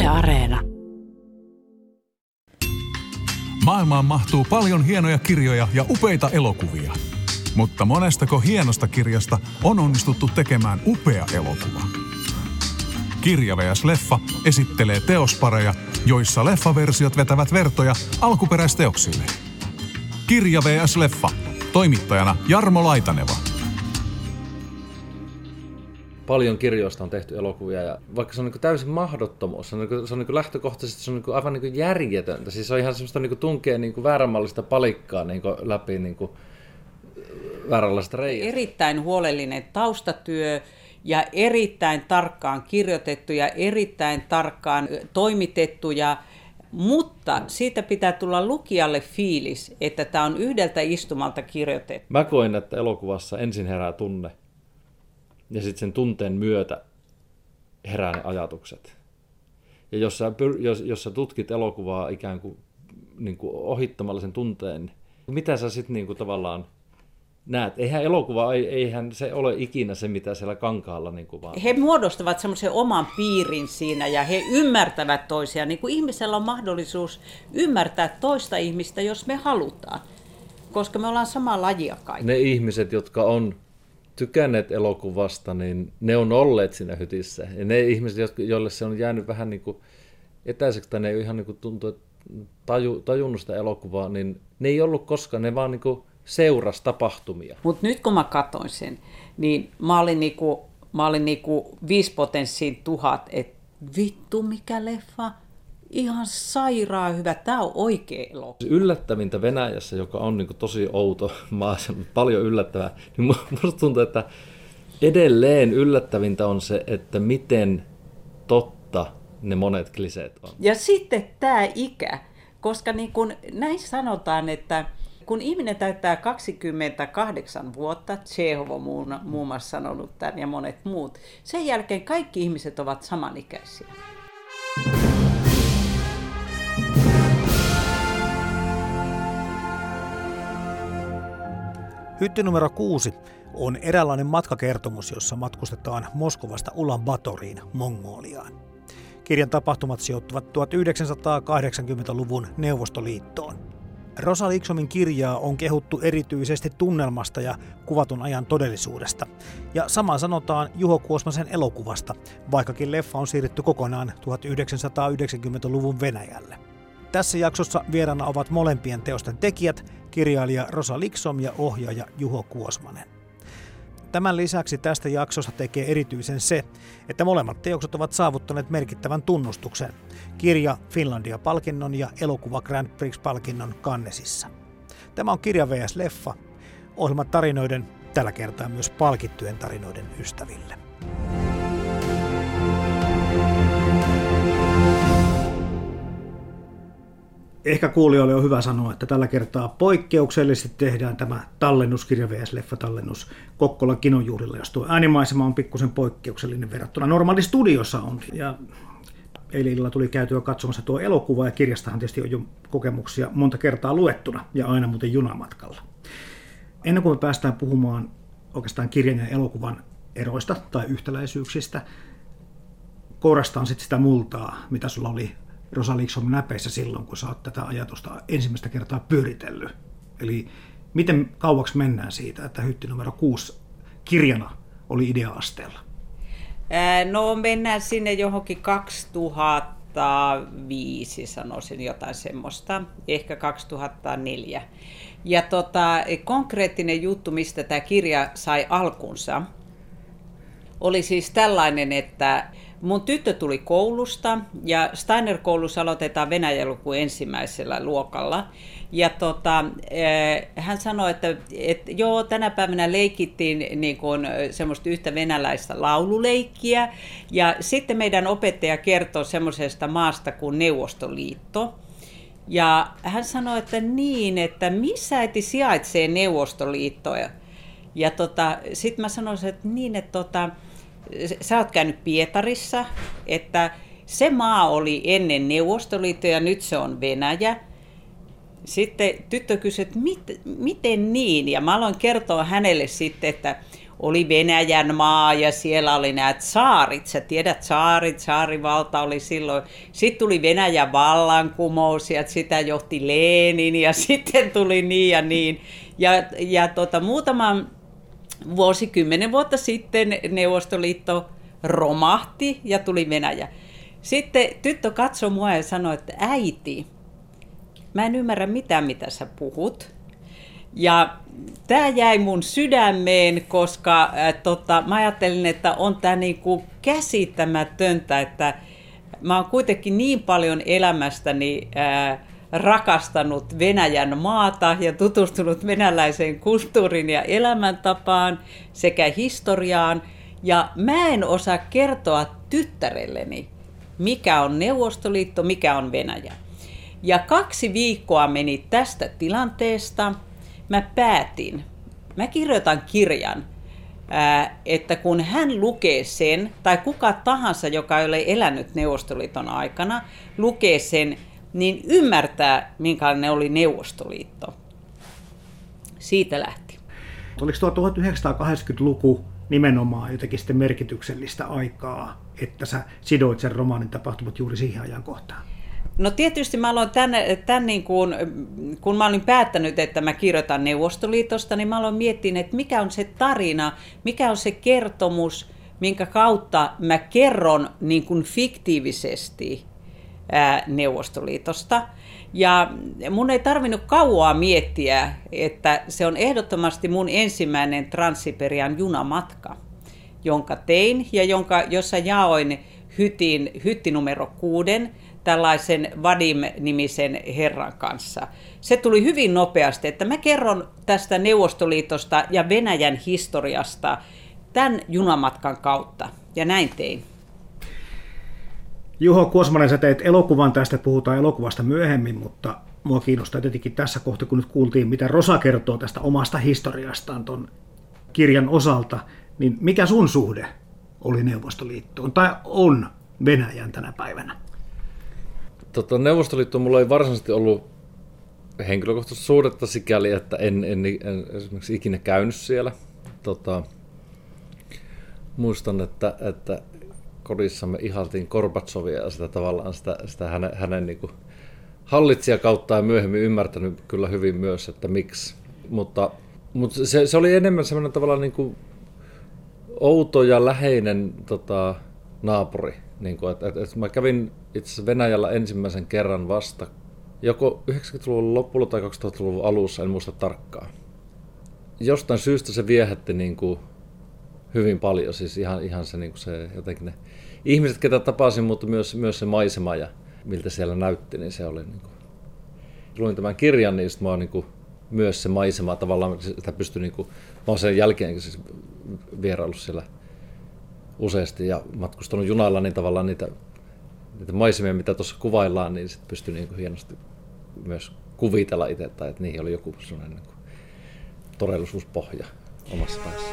Yle Areena. Maailmaan mahtuu paljon hienoja kirjoja ja upeita elokuvia. Mutta monestako hienosta kirjasta on onnistuttu tekemään upea elokuva? Kirja vs. Leffa esittelee teospareja, joissa leffaversiot vetävät vertoja alkuperäisteoksille. Kirja vs. Leffa. Toimittajana Jarmo Laitaneva. Paljon kirjoista on tehty elokuvia, ja vaikka se on niin täysin mahdottomuus, se on niin lähtökohtaisesti se on aivan niin järjetöntä. Siis se on ihan semmoista niin tunkea niin vääränmallista palikkaa niin läpi niin vääränlaista reiästä. Erittäin huolellinen taustatyö ja erittäin tarkkaan kirjoitettu ja erittäin tarkkaan toimitettu, mutta siitä pitää tulla lukijalle fiilis, että tämä on yhdeltä istumalta kirjoitettu. Mä koen, että elokuvassa ensin herää tunne. Ja sitten sen tunteen myötä herää ne ajatukset. Ja jos sä tutkit elokuvaa ikään kuin, ohittamalla sen tunteen, niin mitä sä sitten niin tavallaan näet? Eihän elokuva, eihän se ole ikinä se, mitä siellä kankaalla vaan. He muodostavat semmoisen oman piirin siinä ja he ymmärtävät toisiaan. Niin kuin ihmisellä on mahdollisuus ymmärtää toista ihmistä, jos me halutaan. Koska me ollaan samaa lajia kaikki. Ne ihmiset, jotka on tykänneet elokuvasta, niin ne on olleet siinä hytissä. Ja ne ihmiset, joille se on jäänyt vähän niin kuin etäiseksi, tai ne ei ole ihan niin kuin tuntuu, että tajunnut sitä elokuvaa, niin ne ei ollut koskaan, ne vaan niin kuin seurasi tapahtumia. Mutta nyt kun mä katsoin sen, niin mä olin 5 potenssiin 1000, että vittu mikä leffa, ihan sairaan hyvä, tää on oikea elokuva. Yllättävintä Venäjässä, joka on niin kuin tosi outo maa, paljon yllättävää, niin musta tuntuu, että edelleen yllättävintä on se, että miten totta ne monet kliseet on. Ja sitten tämä ikä, koska niin kun näin sanotaan, että kun ihminen täyttää 28 vuotta, Tšehov on muun muassa sanonut tämän ja monet muut, sen jälkeen kaikki ihmiset ovat samanikäisiä. Hytti numero 6 on eräänlainen matkakertomus, jossa matkustetaan Moskovasta Ulan-Batoriin, Mongoliaan. Kirjan tapahtumat sijoittuvat 1980-luvun Neuvostoliittoon. Rosa Liksomin kirjaa on kehuttu erityisesti tunnelmasta ja kuvatun ajan todellisuudesta. Ja sama sanotaan Juho Kuosmasen elokuvasta, vaikkakin leffa on siirretty kokonaan 1990-luvun Venäjälle. Tässä jaksossa vieraana ovat molempien teosten tekijät, kirjailija Rosa Liksom ja ohjaaja Juho Kuosmanen. Tämän lisäksi tästä jaksosta tekee erityisen se, että molemmat teokset ovat saavuttaneet merkittävän tunnustuksen. Kirja Finlandia-palkinnon ja elokuva Grand Prix-palkinnon Cannesissa. Tämä on Kirja vs. Leffa, ohjelma tarinoiden, tällä kertaa myös palkittujen tarinoiden ystäville. Ehkä kuulijoille on hyvä sanoa, että tällä kertaa poikkeuksellisesti tehdään tämä tallennus, Kirja vs. Leffa-tallennus Kokkolan kinojuhlilla, jos tuo äänimaisema on pikkusen poikkeuksellinen verrattuna normaali studiossa on. Ja eilen illalla tuli käytyä katsomassa tuo elokuva, ja kirjastahan tietysti on jo kokemuksia monta kertaa luettuna ja aina muuten junamatkalla. Ennen kuin me päästään puhumaan oikeastaan kirjan ja elokuvan eroista tai yhtäläisyyksistä, kourastaan sitten sitä multaa, mitä sulla oli Rosa Liksom näpeissä silloin, kun sä oot tätä ajatusta ensimmäistä kertaa pyöritellyt. Eli miten kauaksi mennään siitä, että Hytti numero 6 kirjana oli idea-asteella? No mennään sinne johonkin 2005, sanoisin jotain semmoista, ehkä 2004. Ja konkreettinen juttu, mistä tämä kirja sai alkunsa, oli siis tällainen, että mun tyttö tuli koulusta ja Steiner-koulussa aloitetaan venäjän luku ensimmäisellä luokalla. Ja hän sanoi, että joo, tänä päivänä leikittiin niin kuin semmoista yhtä venäläistä laululeikkiä. Ja sitten meidän opettaja kertoi semmoisesta maasta kuin Neuvostoliitto. Ja hän sanoi, että että missä äiti sijaitsee Neuvostoliitto? Ja sitten mä sanoisin, että että sä oot käynyt Pietarissa, että se maa oli ennen Neuvostoliittoa ja nyt se on Venäjä. Sitten tyttö kysyi, että miten niin? Ja mä aloin kertoa hänelle sitten, että oli Venäjän maa ja siellä oli nämä tsaarit. Sä tiedät, tsaarivalta oli silloin. Sitten tuli Venäjän vallankumous ja sitä johti Lenin ja sitten tuli niin ja niin. Ja muutaman vuosi, 10 vuotta sitten Neuvostoliitto romahti ja tuli Venäjä. Sitten tyttö katsoi mua ja sanoi, että äiti, mä en ymmärrä mitään, mitä sä puhut. Ja tämä jäi mun sydämeen, koska mä ajattelin, että on tämä niinku käsittämätöntä, että mä oon kuitenkin niin paljon elämästäni rakastanut Venäjän maata ja tutustunut venäläiseen kulttuuriin ja elämäntapaan sekä historiaan. Ja mä en osaa kertoa tyttärelleni, mikä on Neuvostoliitto, mikä on Venäjä. Ja 2 viikkoa meni tästä tilanteesta. Mä kirjoitan kirjan, että kun hän lukee sen, tai kuka tahansa, joka ei ole elänyt Neuvostoliiton aikana, lukee sen, niin ymmärtää, minkälainen oli Neuvostoliitto. Siitä lähti. Oliko tuo 1980-luku nimenomaan jotenkin sitten merkityksellistä aikaa, että sä sidoit sen romaanin tapahtumat juuri siihen ajankohtaan? No tietysti mä aloin tämän niin kun mä olin päättänyt, että mä kirjoitan Neuvostoliitosta, niin mä aloin miettiä, että mikä on se tarina, mikä on se kertomus, minkä kautta mä kerron niin kuin fiktiivisesti Neuvostoliitosta. Ja mun ei tarvinnut kauaa miettiä, että se on ehdottomasti mun ensimmäinen Trans-Siperian junamatka, jonka tein ja jossa jaoin hytti numero 6 tällaisen Vadim-nimisen herran kanssa. Se tuli hyvin nopeasti, että mä kerron tästä Neuvostoliitosta ja Venäjän historiasta tämän junamatkan kautta, ja näin tein. Juho Kuosmanen, sä teit elokuvan, tästä puhutaan elokuvasta myöhemmin, mutta mua kiinnostaa tietenkin tässä kohtaa, kun nyt kuultiin, mitä Rosa kertoo tästä omasta historiastaan ton kirjan osalta, niin mikä sun suhde oli Neuvostoliittoon, tai on Venäjän tänä päivänä? Neuvostoliitto mulla ei varsinaisesti ollut henkilökohtaisesti suhdetta sikäli, että en esimerkiksi ikinä käynyt siellä. Muistan, että kodissamme ihaltiin Gorbatsovia ja sitä tavallaan sitä hänen niin kuin hallitsijakautta ja myöhemmin ymmärtänyt kyllä hyvin myös, että miksi. Mutta se oli enemmän semmoinen tavallaan niin kuin outo ja läheinen naapuri. Niin kuin, että mä kävin itse asiassa Venäjällä ensimmäisen kerran vasta joko 90-luvun lopulla tai 2000-luvun alussa, en muista tarkkaan. Jostain syystä se viehätti niin kuin hyvin paljon, siis ihan se, niin kuin se jotenkin ne ihmiset, ketä tapasin, mutta myös se maisema ja miltä siellä näytti, niin se oli niin kuin. Luin tämän kirjan, niin mä oon niin kuin myös se maisema tavallaan, sitä pystyi niin kuin, mä oon sen jälkeen siis vieraillut siellä useasti ja matkustanut junalla, niin tavallaan niitä maisemia, mitä tuossa kuvaillaan, niin sitten pystyi niin kuin hienosti myös kuvitella itse, tai että niihin oli joku sellainen niin kuin todellisuuspohja omassa päässä.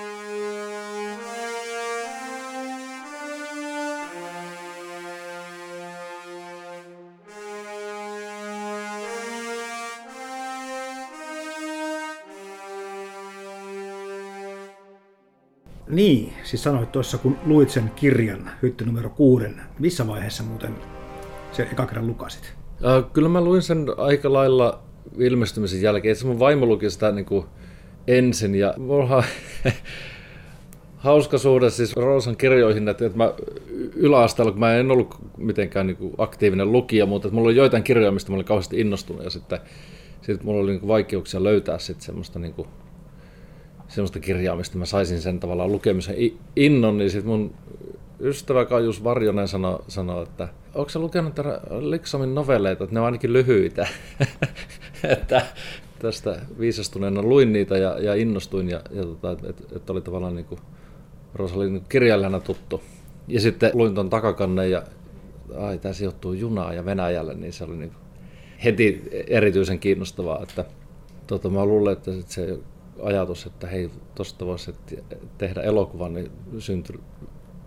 Niin, siis sanoit tuossa, kun luit sen kirjan, hytti numero 6, missä vaiheessa muuten se eka kerran lukasit? Kyllä mä luin sen aika lailla ilmestymisen jälkeen. Se mun vaimo luki sitä niin kuin ensin ja mulla on hauska suhde siis Rosan kirjoihin, että mä yläasteella, kun mä en ollut mitenkään niin kuin aktiivinen lukija, mutta että mulla oli joitain kirjoja, mistä mä olin kauheasti innostunut ja sitten mulla oli niin kuin vaikeuksia löytää sitten semmoista niin kuin semmoista kirjaa, mistä mä saisin sen tavallaan lukemisen innon, niin sitten mun ystävä Kaius Varjonen sanoi, että onko sä lukenut Liksomin novelleita, että ne on ainakin lyhyitä. Että tästä viisastuneena luin niitä ja innostuin, että oli tavallaan niin kuin, Rosa oli niin kirjailijana tuttu. Ja sitten luin ton takakannen ja tämä sijoittuu junaan ja Venäjälle, niin se oli niin heti erityisen kiinnostavaa. Että, mä luulen, että se ajatus, että hei, tuosta voisi tehdä elokuvan, niin syntyi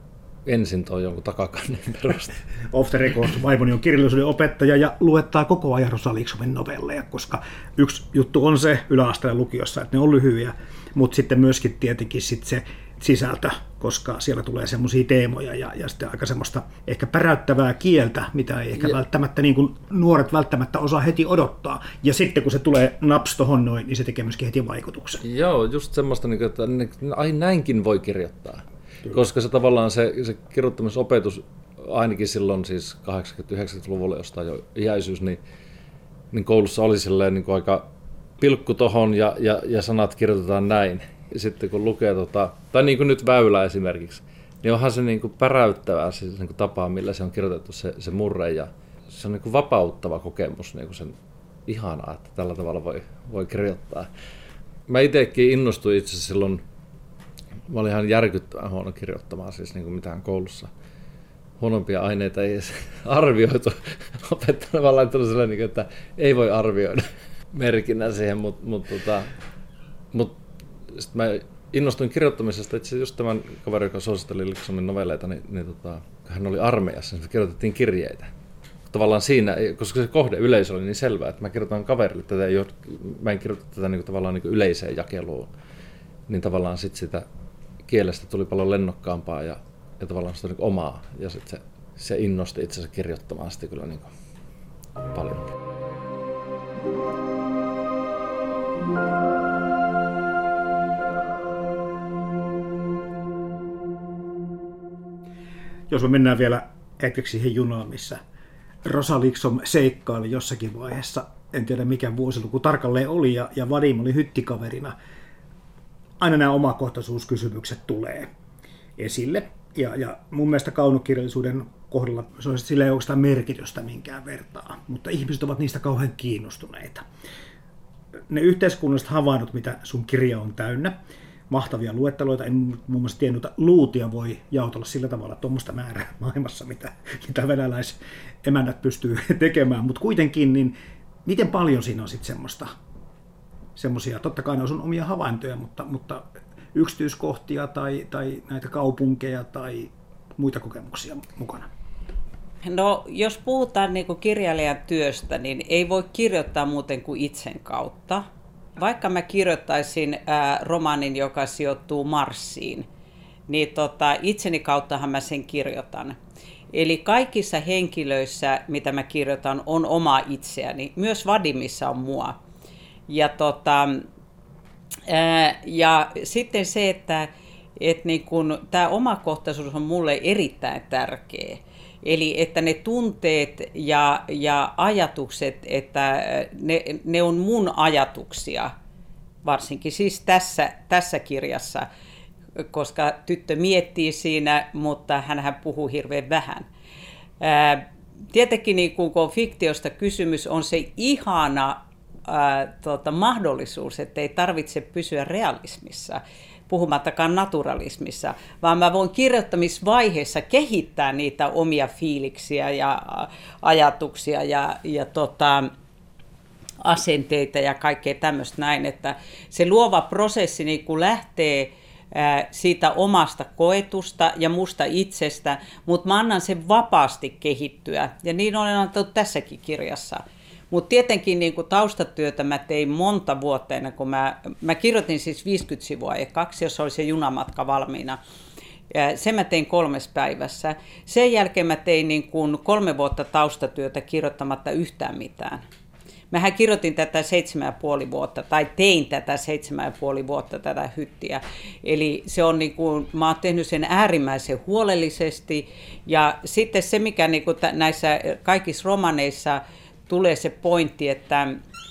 ensin toi jonkun takakannen perusta. Off the record, vaimoni on kirjallisuuden opettaja ja luettaa koko ajan Rosa Liksom novelleja, koska yksi juttu on se yläasteella lukiossa, että ne on lyhyitä, mutta sitten myöskin tietenkin se sisältö, koska siellä tulee semmoisia teemoja ja sitten aika semmoista ehkä päräyttävää kieltä, mitä ei ehkä välttämättä niin kuin nuoret välttämättä osaa heti odottaa. Ja sitten kun se tulee naps tohon noin, niin se tekee myöskin heti vaikutuksen. Joo, just semmoista, että ai näinkin voi kirjoittaa. Kyllä. Koska se tavallaan se kirjoittamisopetus, ainakin silloin siis 80-90-luvulla jostain jo iäisyys, niin koulussa oli silleen niin kuin aika pilkku tohon ja sanat kirjoitetaan näin. Ja sitten kun lukee, tai niin kuin nyt Väylä esimerkiksi, niin onhan se niin kuin päräyttävää se niin kuin tapa, millä se on kirjoitettu se murre. Ja se on niin kuin vapauttava kokemus, niin kuin sen ihanaa, että tällä tavalla voi kirjoittaa. Mä itsekin innostuin itse asiassa silloin, mä olin ihan järkyttävän huono kirjoittamaan, siis niin kuin mitään koulussa. Huonompia aineita ei edes arvioitu. Opettajana vaan laittanut sellainen, että ei voi arvioida merkinnän siihen, mutta sitten mä innostuin kirjoittamisesta, itse just tämän kaveri, joka suositteli Liksomin novelleita, niin hän oli armeijassa, niin kirjoitettiin kirjeitä. Tavallaan siinä, koska se kohdeyleisö oli niin selvää, että mä kirjoitan kaverille tätä, mä en kirjoita tätä niin kuin, tavallaan niin kuin yleiseen jakeluun, niin tavallaan sitten sitä kielestä tuli paljon lennokkaampaa ja tavallaan sitä niin kuin omaa, ja sitten se innosti itse asiassa kirjoittamaan sitä kyllä niin kuin paljon. Jos me mennään vielä hetkeksi siihen junaan, missä Rosa Liksom seikkaili jossakin vaiheessa, en tiedä mikä vuosiluku tarkalleen oli, ja Vadim oli hyttikaverina. Aina nämä omakohtaisuuskysymykset tulee esille, ja mun mielestä kaunokirjallisuuden kohdalla sillä ei oikeastaan merkitystä minkään vertaa, mutta ihmiset ovat niistä kauhean kiinnostuneita. Ne yhteiskunnalliset havainnot, mitä sun kirja on täynnä, mahtavia luetteloita, en muun muassa tiennyt, että luutia voi jaotella sillä tavalla tuommoista määrää maailmassa, mitä venäläisemännät pystyy tekemään, mutta kuitenkin, niin miten paljon siinä on sitten semmoisia, totta kai ne on sun omia havaintoja, mutta yksityiskohtia tai näitä kaupunkeja tai muita kokemuksia mukana? No, jos puhutaan niin kuin kirjailijan työstä, niin ei voi kirjoittaa muuten kuin itsen kautta. Vaikka mä kirjoittaisin romaanin, joka sijoittuu Marsiin, niin itseni kauttahan mä sen kirjoitan. Eli kaikissa henkilöissä, mitä mä kirjoitan, on oma itseäni. Myös Vadimissa on mua. Ja sitten se, että niin kun, tämä omakohtaisuus on mulle erittäin tärkeä. Eli että ne tunteet ja ajatukset, että ne on mun ajatuksia, varsinkin siis tässä kirjassa, koska tyttö miettii siinä, mutta hänhän puhuu hirveän vähän. Tietenkin niin kun on fiktiosta kysymys, on se ihana mahdollisuus, että ei tarvitse pysyä realismissa, puhumattakaan naturalismissa, vaan mä voin kirjoittamisvaiheessa kehittää niitä omia fiiliksiä ja ajatuksia ja asenteita ja kaikkea tämmöistä näin, että se luova prosessi niin kun lähtee siitä omasta koetusta ja musta itsestä, mutta mä annan sen vapaasti kehittyä ja niin olen antanut tässäkin kirjassa. Mutta tietenkin niin kun taustatyötä mä tein monta vuotta ennen kuin mä kirjoitin siis 50 sivua ekaksi, jos oli se junamatka valmiina. Sen mä tein 3 päivässä. Sen jälkeen mä tein niin kun 3 vuotta taustatyötä kirjoittamatta yhtään mitään. Mähän kirjoitin tätä 7,5 vuotta, tai tein tätä 7,5 vuotta tätä hyttiä. Eli se on niin kuin, mä oon tehnyt sen äärimmäisen huolellisesti. Ja sitten se, mikä niin kuin näissä kaikissa romaneissa tulee se pointti, että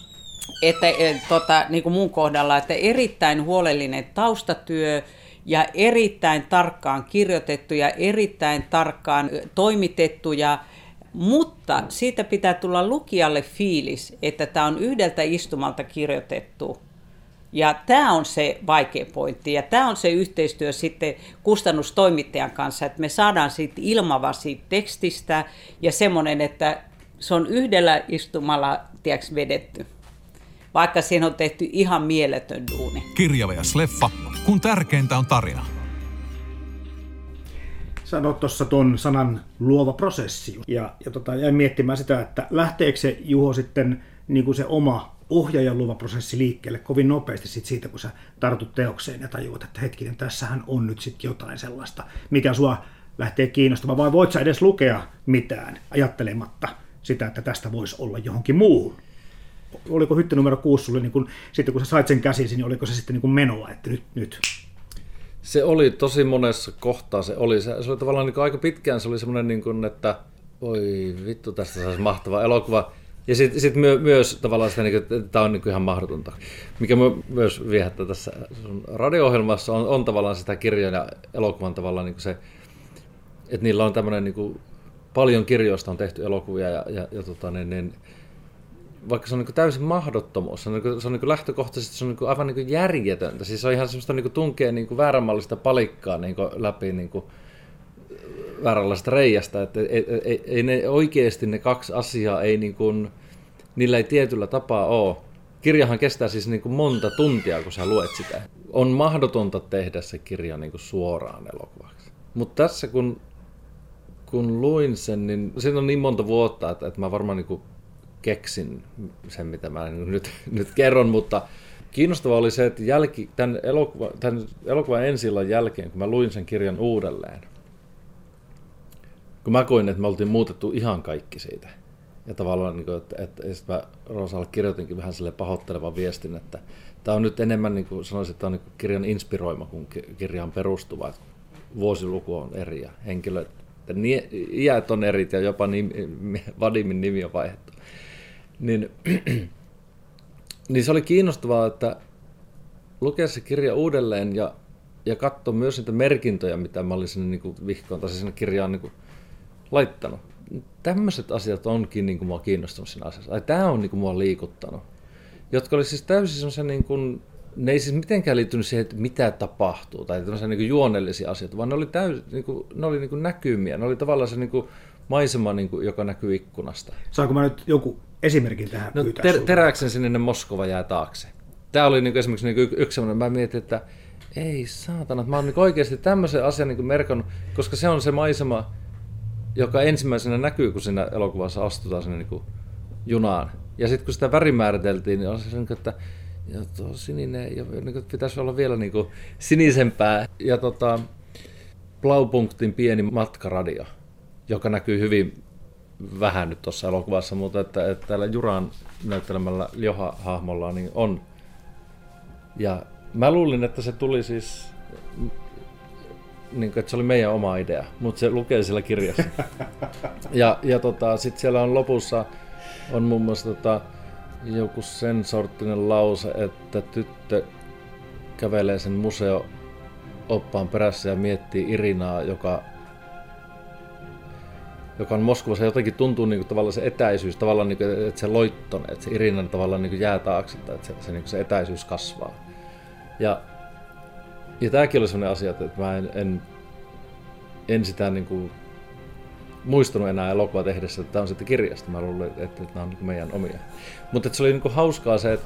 niin kuin mun kohdalla, että erittäin huolellinen taustatyö ja erittäin tarkkaan kirjoitettu ja erittäin tarkkaan toimitettu, mutta siitä pitää tulla lukijalle fiilis, että tämä on yhdeltä istumalta kirjoitettu. Ja tämä on se vaikea pointti ja tämä on se yhteistyö sitten kustannustoimittajan kanssa, että me saadaan siitä ilmava siitä tekstistä ja semmoinen, että se on yhdellä istumalla vedetty, vaikka siinä on tehty ihan mieletön duuni. Kirjavejas leffa, kun tärkeintä on tarina. sanoit tuossa tuon sanan luova prosessi. Ja jäin miettimään sitä, että lähteekö se Juho sitten niin kuin se oma ohjaajan luova prosessi liikkeelle kovin nopeasti siitä, kun sä tartut teokseen ja tajuat, että hetkinen, tässähän on nyt sitten jotain sellaista, mikä sua lähtee kiinnostamaan, vai voit sä edes lukea mitään ajattelematta sitä, että tästä voisi olla johonkin muuhun? Oliko hytte numero 6 sulle, niin kun, sitten kun sä sait sen käsisi, niin oliko se sitten niin kuin menoa, että nyt? Se oli tosi monessa kohtaa, se oli tavallaan niin aika pitkään, se oli semmoinen, niin kuin, että voi vittu, tästä saisi mahtava elokuva. Ja sitten myös tavallaan sitä, että tämä on niin ihan mahdotonta. Mikä myös viehättää tässä sun radio-ohjelmassa on tavallaan sitä kirjan ja elokuvan tavallaan niin se, että niillä on tämmöinen, niin paljon kirjoista on tehty elokuvia vaikka se on niin täysin mahdottomuus, se on niin lähtökohtaisesti se on niin aivan niin järjetöntä. Siis se on ihan semmoista niin tunkea niin vääränmallista palikkaa niin läpi niin vääränlaista reiästä, että ei ne oikeasti ne kaksi asiaa, ei niin kuin, niillä ei tietyllä tapaa ole. Kirjahan kestää siis niin kuin monta tuntia, kun sä luet sitä. On mahdotonta tehdä se kirja niin kuin suoraan elokuvaksi. Mutta tässä kun luin sen, niin siinä on niin monta vuotta, että mä varmaan niin kuin keksin sen, mitä mä nyt kerron, mutta kiinnostavaa oli se, että tämän elokuvan ensi-illan jälkeen, kun mä luin sen kirjan uudelleen, kun mä koin, että me oltiin muutettu ihan kaikki siitä. Ja tavallaan, että mä Roosalle kirjoitinkin vähän sille pahoittelevan viestin, että tämä on nyt enemmän, niin kuin sanoisin, että tämä on niin kirjan inspiroima kuin kirjaan perustuva. Että vuosiluku on eri ja henkilöt, iät on eri ja jopa Vadimin nimi on vaihdettu. Niin se oli kiinnostavaa, että lukea se kirja uudelleen ja katsoa myös niitä merkintöjä, mitä mä olin sinne niin vihkoon tai sinne kirjaan niin laittanut. Tämmöiset asiat onkin niin kuin mua kiinnostunut siinä asiassa. Tämä on niin kuin mua liikuttanut. Jotka oli siis täysin semmoisia, niin kuin, ne ei siis mitenkään liittynyt siihen, että mitä tapahtuu, tai tämmöisiä niin kuin juonellisia asioita, vaan ne oli, ne oli niin kuin näkymiä. Ne oli tavallaan se niin kuin maisema, niin kuin, joka näkyy ikkunasta. Saanko mä nyt joku esimerkin tähän pyytää? Teräksen sininen Moskova jää taakse. Tämä oli niin kuin esimerkiksi niin kuin yksi semmoinen, mä mietin, että ei saatana, että mä oon niin oikeasti tämmöisen asian niin kuin merkannut, koska se on se maisema, joka ensimmäisenä näkyy, kun siinä elokuvassa astutaan sinne niin kuin junaan. Ja sitten kun sitä värimääriteltiin, niin oli se, että tuo sininen, ja niin pitäisi olla vielä niin kuin sinisempää. Ja Blaupunktin pieni matkaradio, joka näkyy hyvin vähän nyt tuossa elokuvassa, mutta että täällä Juran näyttelemällä Ljoha-hahmolla niin on. Ja mä luulin, että se tuli siis, niin kuin, että se oli meidän oma idea, mutta se lukee siellä kirjassa. Ja sitten siellä on lopussa on muun muassa joku sen sorttinen lause, että tyttö kävelee sen museo-oppaan perässä ja miettii Irinaa, joka on Moskovassa. Jotenkin tuntuu niin kuin, tavallaan se etäisyys, tavallaan niin kuin, että se loitton, että se Irina tavallaan niin kuin jää taakse, että se etäisyys kasvaa. Ja tämäkin oli sellainen asia, että mä en sitä niin kuin muistunut enää elokuvaa tehdessä, että tämä on sitten kirjasta. Mä luulen, että nämä on niin kuin meidän omia. Mutta se oli niin kuin hauskaa se,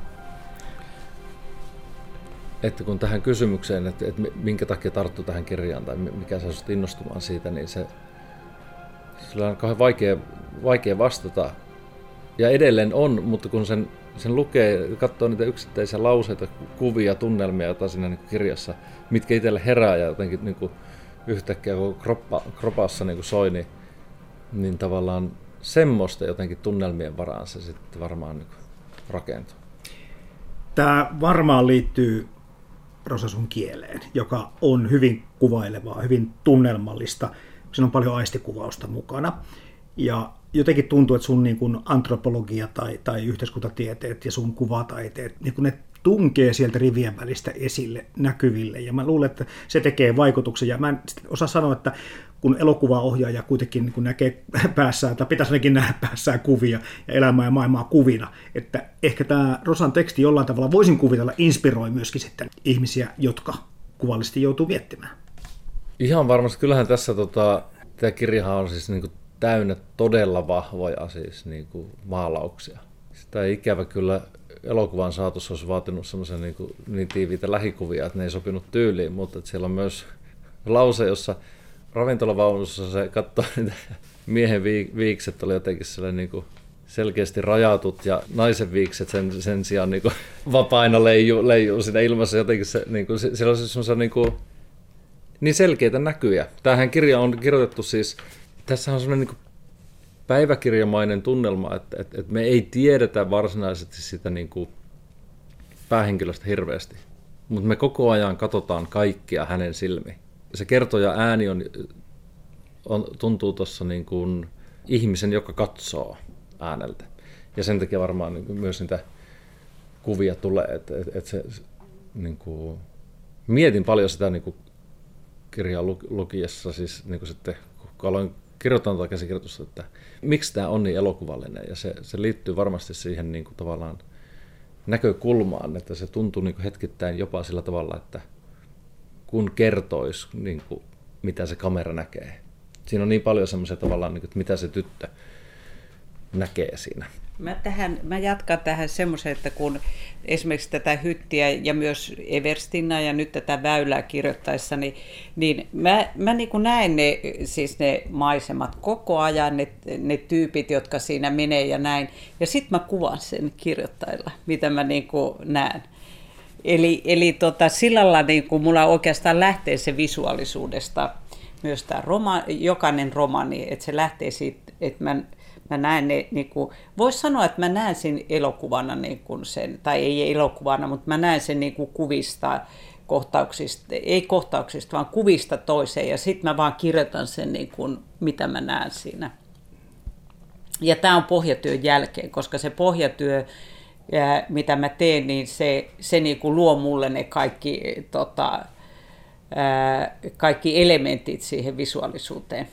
että kun tähän kysymykseen, että minkä takia tarttu tähän kirjaan tai mikä saa sinut innostumaan siitä, niin se on kauhean vaikea vastata. Ja edelleen on, mutta kun sen lukee, katsoo niitä yksittäisiä lauseita, kuvia, tunnelmia, joita siinä niin kirjassa, mitkä itselle herää ja jotenkin niin kuin yhtäkkiä kun kropassa niin kuin soi, niin tavallaan semmoista jotenkin tunnelmien varaan se sitten varmaan niin rakentuu. Tämä varmaan liittyy Rosa sun kieleen, joka on hyvin kuvailevaa, hyvin tunnelmallista. Siinä on paljon aistikuvausta mukana. Ja jotenkin tuntuu, että sun niin kuin antropologia tai yhteiskuntatieteet ja sun kuvataiteet, niin kuin ne tunkee sieltä rivien välistä esille näkyville. Ja mä luulen, että se tekee vaikutuksen. Ja mä en osaa sanoa, että kun elokuvaohjaaja kuitenkin niin kuin näkee päässään, tai pitäisi ainakin nähdä päässään kuvia ja elämää ja maailmaa kuvina, että ehkä tämä Rosan teksti jollain tavalla voisin kuvitella inspiroi myöskin sitten ihmisiä, jotka kuvallisesti joutuu miettimään. Ihan varmasti. Kyllähän tässä tämä kirjahan on siis niinku täynnä todella vahvoja siis niinku maalauksia. Sitä ei ikävä kyllä elokuvan saatossa olisi vaatinut semmoisen niin tiiviitä lähikuvia, että ne ei sopinut tyyliin, mutta että siellä on myös lause, jossa ravintolavaunussa se katsoi niitä miehen viikset oli jotenkin sellainen niin kuin selkeästi rajatut ja naisen viikset sen sijaan niin kuin vapaina leijuu siinä ilmassa jotenkin se, niin kuin, siellä on semmoisia niin selkeitä näkyjä. Tämähän kirja on kirjoitettu siis, tässä on semmoinen niin kuin päiväkirjamainen tunnelma, että me ei tiedetä varsinaisesti sitä niin kuin päähenkilöstä hirveästi, mutta me koko ajan katsotaan kaikkia hänen silmiin. Se kertoja ääni tuntuu tuossa niin kuin ihmisen, joka katsoo ääneltä. Ja sen takia varmaan niin kuin myös niitä kuvia tulee, että se, niin kuin, mietin paljon sitä niin kuin kirjaa lukiessa, siis niin kuin sitten, kun aloin kirjoittaa tuota käsikirjoitusta, että miksi tämä on niin elokuvallinen, ja se liittyy varmasti siihen niin kuin tavallaan näkökulmaan, että se tuntuu niin kuin hetkittäin jopa sillä tavalla, että kun kertoisi, niin kuin, mitä se kamera näkee. Siinä on niin paljon semmoisia tavallaan, niin kuin, että mitä se tyttö näkee siinä. Mä jatkan tähän semmoisen, että kun esimerkiksi tätä Hyttiä ja myös Everstinnaa ja nyt tätä väylää kirjoittaessani, niin mä niin kuin näen ne maisemat koko ajan, ne tyypit, jotka siinä menee ja näin. Ja sitten mä kuvaan sen kirjoittajilla, mitä mä niin kuin näen. Eli sillä lailla niin kuin mulla oikeastaan lähtee se visuaalisuudesta myös tämä jokainen romani, että se lähtee siitä, että mä näen ne, niin kuin, voisi sanoa, että mä näen sen elokuvana niin kuin sen, tai ei elokuvana, mutta mä näen sen niin kuin kuvista, ei kohtauksista, vaan kuvista toiseen, ja sitten mä vaan kirjoitan sen, niin kuin, mitä mä näen siinä. Ja tämä on pohjatyön jälkeen, koska se pohjatyö, mitä mä teen, niin se niin kuin luo mulle ne kaikki elementit siihen visuaalisuuteen.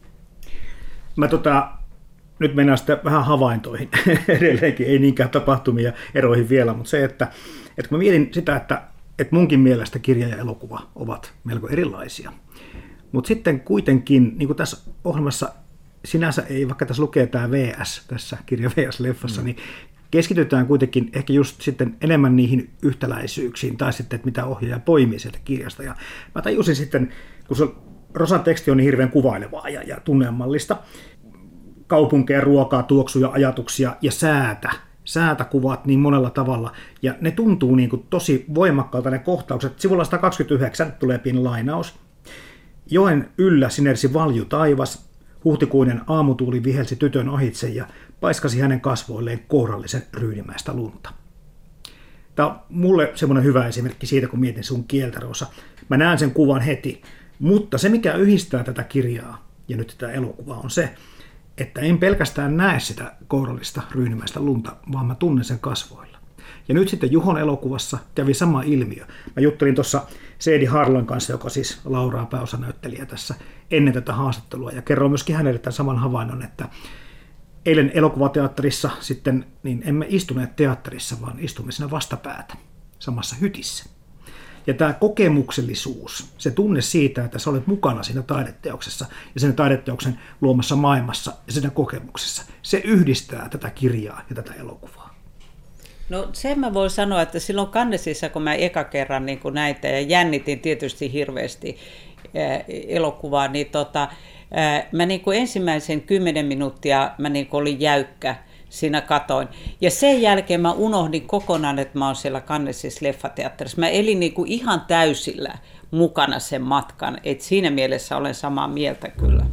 Nyt mennään sitten vähän havaintoihin edelleenkin, ei niinkään tapahtumia eroihin vielä, mutta se, että kun mä mietin sitä, että munkin mielestä kirja ja elokuva ovat melko erilaisia, mutta sitten kuitenkin, niin kuin tässä ohjelmassa sinänsä ei, vaikka tässä lukee tämä VS, tässä kirja VS-leffassa, niin keskitytään kuitenkin ehkä just sitten enemmän niihin yhtäläisyyksiin, tai sitten, että mitä ohjaaja poimii sieltä kirjasta, ja mä tajusin sitten, kun se Rosan teksti on niin hirveän kuvailevaa ja tunnelmallista, kaupunkeja, ruokaa, tuoksuja, ajatuksia ja säätä kuvat niin monella tavalla. Ja ne tuntuu niin kuin tosi voimakkaalta ne kohtaukset. Sivulla 129 tulee pieni lainaus. Joen yllä sinersi valju taivas, huhtikuinen aamutuuli vihelsi tytön ohitse ja paiskasi hänen kasvoilleen kourallisen ryynimäistä lunta. Tämä on mulle semmoinen hyvä esimerkki siitä, kun mietin sun kieltä, Rosa. Mä näen sen kuvan heti, mutta se mikä yhdistää tätä kirjaa ja nyt tätä elokuvaa on se, että en pelkästään näe sitä kourallista ryynimäistä lunta, vaan mä tunnen sen kasvoilla. Ja nyt sitten Juhon elokuvassa kävi sama ilmiö. Mä juttelin tuossa Seedi Harlan kanssa, joka siis Lauraa pääosanäyttelijä tässä ennen tätä haastattelua, ja kerroin myöskin hänelle tämän saman havainnon, että eilen elokuvateatterissa sitten, niin emme istuneet teatterissa, vaan istumme siinä vastapäätä, samassa hytissä. Ja tämä kokemuksellisuus, se tunne siitä, että sä olet mukana siinä taideteoksessa ja sen taideteoksen luomassa maailmassa ja siinä kokemuksessa, se yhdistää tätä kirjaa ja tätä elokuvaa. No sen mä voin sanoa, että silloin Cannesissa, kun mä eka kerran niin näitä ja jännitin tietysti hirveästi elokuvaa, niin mä niin ensimmäisen 10 minuuttia mä niin olin jäykkä. Siinä katoin. Ja sen jälkeen mä unohdin kokonaan, että mä oon siellä Cannesissa leffateatterissa. Mä elin niin kuin ihan täysillä mukana sen matkan. Et siinä mielessä olen samaa mieltä kyllä.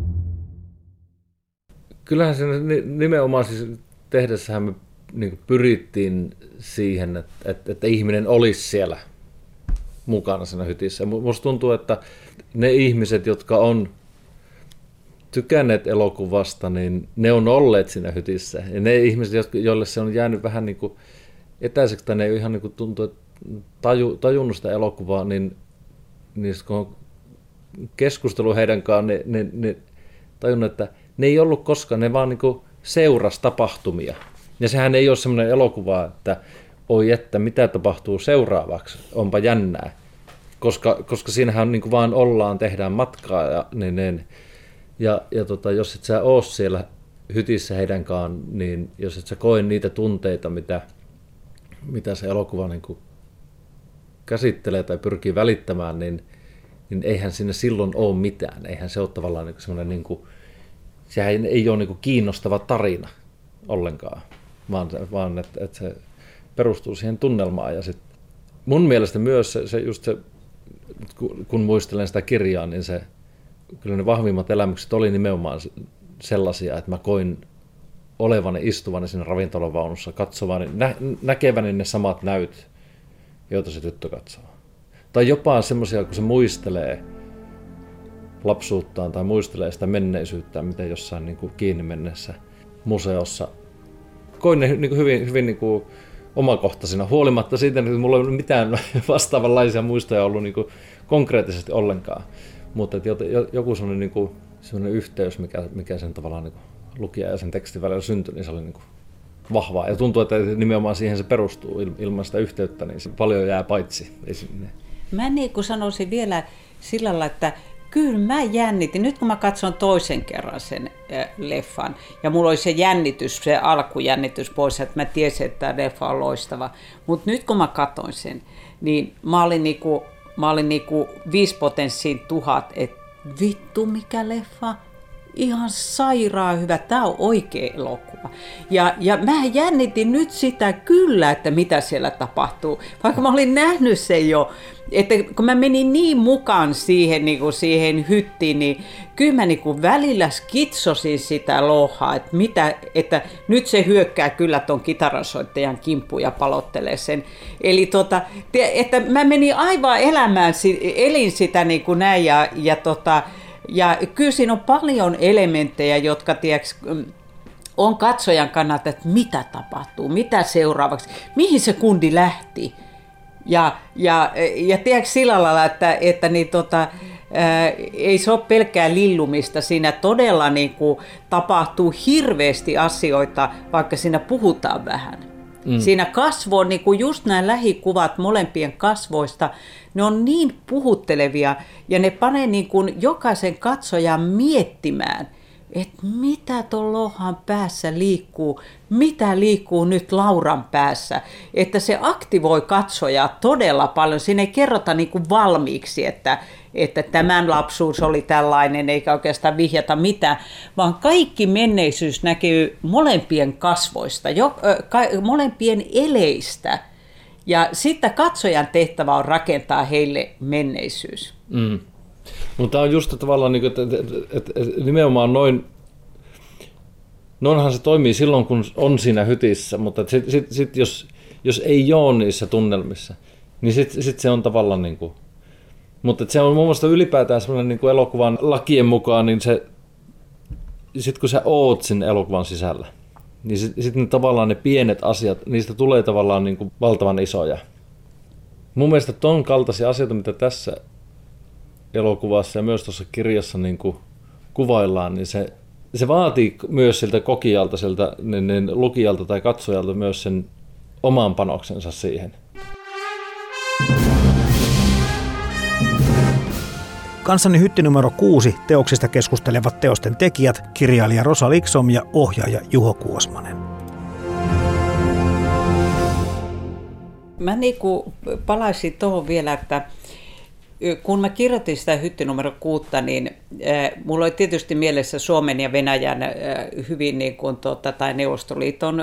Kyllähän se nimenomaan siis tehdessähän me niin kuin pyrittiin siihen, että ihminen olisi siellä mukana siinä hytissä. Musta tuntuu, että ne ihmiset, jotka on tykänneet elokuvasta, niin ne on olleet siinä hytissä. Ja ne ihmiset, joille se on jäänyt vähän niin kuin etäiseksi, tai ne ei ole ihan niin kuin tuntuu, että tajunnut sitä elokuvaa, niin kun on keskustelu heidän kanssaan, niin tajunnut, että ne ei ollut koskaan, ne vaan niin kuin seurasi tapahtumia. Ja sehän ei ole semmoinen elokuva, että oi että mitä tapahtuu seuraavaksi, onpa jännää. Koska siinähän niin kuin vaan ollaan, tehdään matkaa ja jos et sä oo siellä hytissä heidänkaan, niin jos et sä koe niitä tunteita, mitä se elokuva niin kuin käsittelee tai pyrkii välittämään, niin niin eihän sinne silloin ole mitään. Eihän se ole tavallaan niin semmoinen, niin kuin, sehän ei ole niin kuin kiinnostava tarina ollenkaan, vaan että se perustuu siihen tunnelmaan. Ja sit mun mielestä myös se, kun muistelen sitä kirjaa, niin kyllä ne vahvimmat elämykset oli nimenomaan sellaisia, että mä koin olevani istuvani siinä ravintolavaunussa, katsovani, näkeväni ne samat näyt, joita se tyttö katsoo. Tai jopa semmoisia, kun se muistelee lapsuuttaan tai muistelee sitä menneisyyttä, miten jossain niin kuin kiinni menneessä museossa. Koin ne niin kuin hyvin niin kuin omakohtaisina, huolimatta siitä, että mulla ei ole mitään vastaavanlaisia muistoja ollut niin kuin konkreettisesti ollenkaan. Mutta joku semmoinen yhteys, mikä sen tavallaan niin kuin lukija ja sen tekstin välillä syntyi, niin se oli niin kuin vahvaa. Ja tuntuu, että nimenomaan siihen se perustuu ilman sitä yhteyttä, niin paljon jää paitsi. Mä niin kuin sanoisin vielä sillä lailla, että kyllä mä jännitin. Nyt kun mä katson toisen kerran sen leffan, ja mulla oli se jännitys, se alkujännitys pois, että mä tiesin, että tämä leffa on loistava. Mutta nyt kun mä katsoin sen, niin mä olin niinku 5/1000, että vittu mikä leffa. Ihan sairaan hyvä, tämä on oikea elokuva. Ja mä jännitin nyt sitä kyllä, että mitä siellä tapahtuu, vaikka mä olin nähnyt sen jo, että kun mä menin niin mukaan siihen, niin kuin siihen hyttiin, niin kyllä mä niin kuin välillä skitsosin sitä lohaa, että nyt se hyökkää kyllä ton kitarasoittajan kimppuun ja palottelee sen. Eli että mä menin aivan elämään, elin sitä niin kuin näin ja kyllä siinä on paljon elementtejä, jotka on katsojan kannalta, että mitä tapahtuu, mitä seuraavaksi, mihin se kundi lähti. Ja tiedätkö sillä lailla, että ei se ole pelkkää lillumista, siinä todella niin kuin tapahtuu hirveästi asioita, vaikka siinä puhutaan vähän. Siinä kasvoi niin kuin just nämä lähikuvat molempien kasvoista, ne on niin puhuttelevia ja ne panee niin kuin jokaisen katsojan miettimään, että mitä tuon Lohan päässä liikkuu, mitä liikkuu nyt Lauran päässä, että se aktivoi katsojaa todella paljon. Siinä ei kerrota niin kuin valmiiksi, että tämän lapsuus oli tällainen, eikä oikeastaan vihjata mitään, vaan kaikki menneisyys näkyy molempien kasvoista, molempien eleistä. Ja sitten katsojan tehtävä on rakentaa heille menneisyys. Mutta tämä on just tavallaan, että nimenomaan noinhan se toimii silloin, kun on siinä hytissä, mutta sit jos ei ole niissä tunnelmissa, niin sit se on tavallaan niin kuin. Mutta se on muun muassa ylipäätään sellainen niin kuin elokuvan lakien mukaan, niin sitten kun sä oot sen elokuvan sisällä, niin sitten tavallaan ne pienet asiat, niistä tulee tavallaan niin kuin valtavan isoja. Mun mielestä ton kaltaisia asioita, mitä tässä elokuvassa ja myös tuossa kirjassa niin kuin kuvaillaan, niin se vaatii myös siltä kokijalta, siltä lukijalta tai katsojalta myös sen oman panoksensa siihen. Kanssani hytti numero 6 teoksista keskustelevat teosten tekijät, kirjailija Rosa Liksom ja ohjaaja Juho Kuosmanen. Mä palaisin tuohon vielä, että kun mä kirjoitin sitä hytti numero 6, niin mulla oli tietysti mielessä Suomen ja Venäjän hyvin tai Neuvostoliiton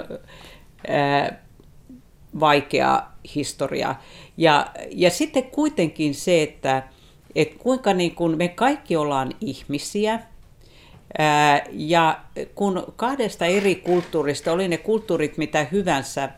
vaikea historia. Ja sitten kuitenkin se, että kuinka me kaikki ollaan ihmisiä, ja kun kahdesta eri kulttuurista, oli ne kulttuurit mitä hyvänsä,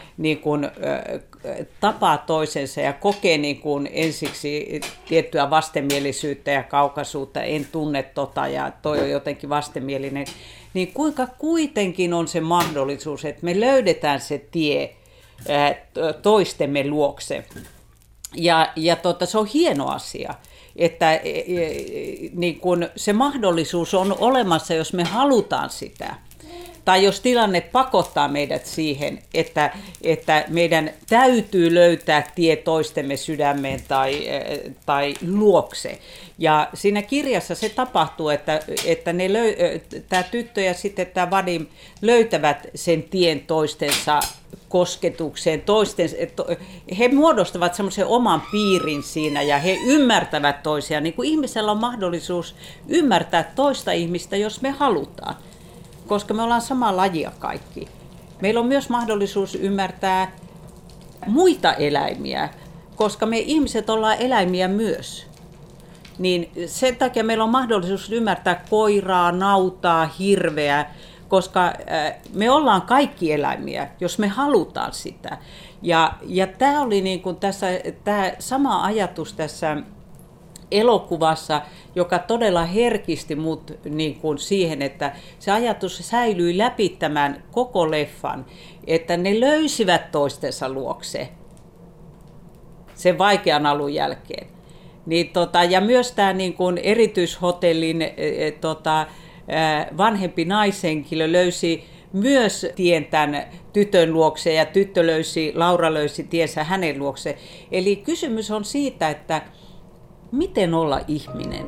tapaa toisensa ja kokee ensiksi tiettyä vastenmielisyyttä ja kaukaisuutta, en tunne ja toi on jotenkin vastenmielinen, niin kuinka kuitenkin on se mahdollisuus, että me löydetään se tie toistemme luokse. Ja se on hieno asia, että se mahdollisuus on olemassa, jos me halutaan sitä. tai jos tilanne pakottaa meidät siihen, että meidän täytyy löytää tie toistemme sydämeen tai luokse. Ja siinä kirjassa se tapahtuu, että tämä tyttö ja sitten tämä Vadim löytävät sen tien toistensa kosketukseen. He muodostavat semmoisen oman piirin siinä ja he ymmärtävät toisiaan. Niin kuin ihmisellä on mahdollisuus ymmärtää toista ihmistä, jos me halutaan, koska me ollaan samaa lajia kaikki. Meillä on myös mahdollisuus ymmärtää muita eläimiä, koska me ihmiset ollaan eläimiä myös. Niin sen takia meillä on mahdollisuus ymmärtää koiraa, nautaa, hirveä, koska me ollaan kaikki eläimiä, jos me halutaan sitä. Ja tämä oli niin kuin tämä sama ajatus tässä elokuvassa, joka todella herkisti mut niin kuin siihen, että se ajatus säilyi läpi tämän koko leffan, että ne löysivät toistensa luokse sen vaikean alun jälkeen. Niin ja myös tämä niin kuin erityishotellin vanhempi naishenkilö löysi myös tien tämän tytön luokse ja Laura löysi tiensä hänen luokse. Eli kysymys on siitä, että miten olla ihminen?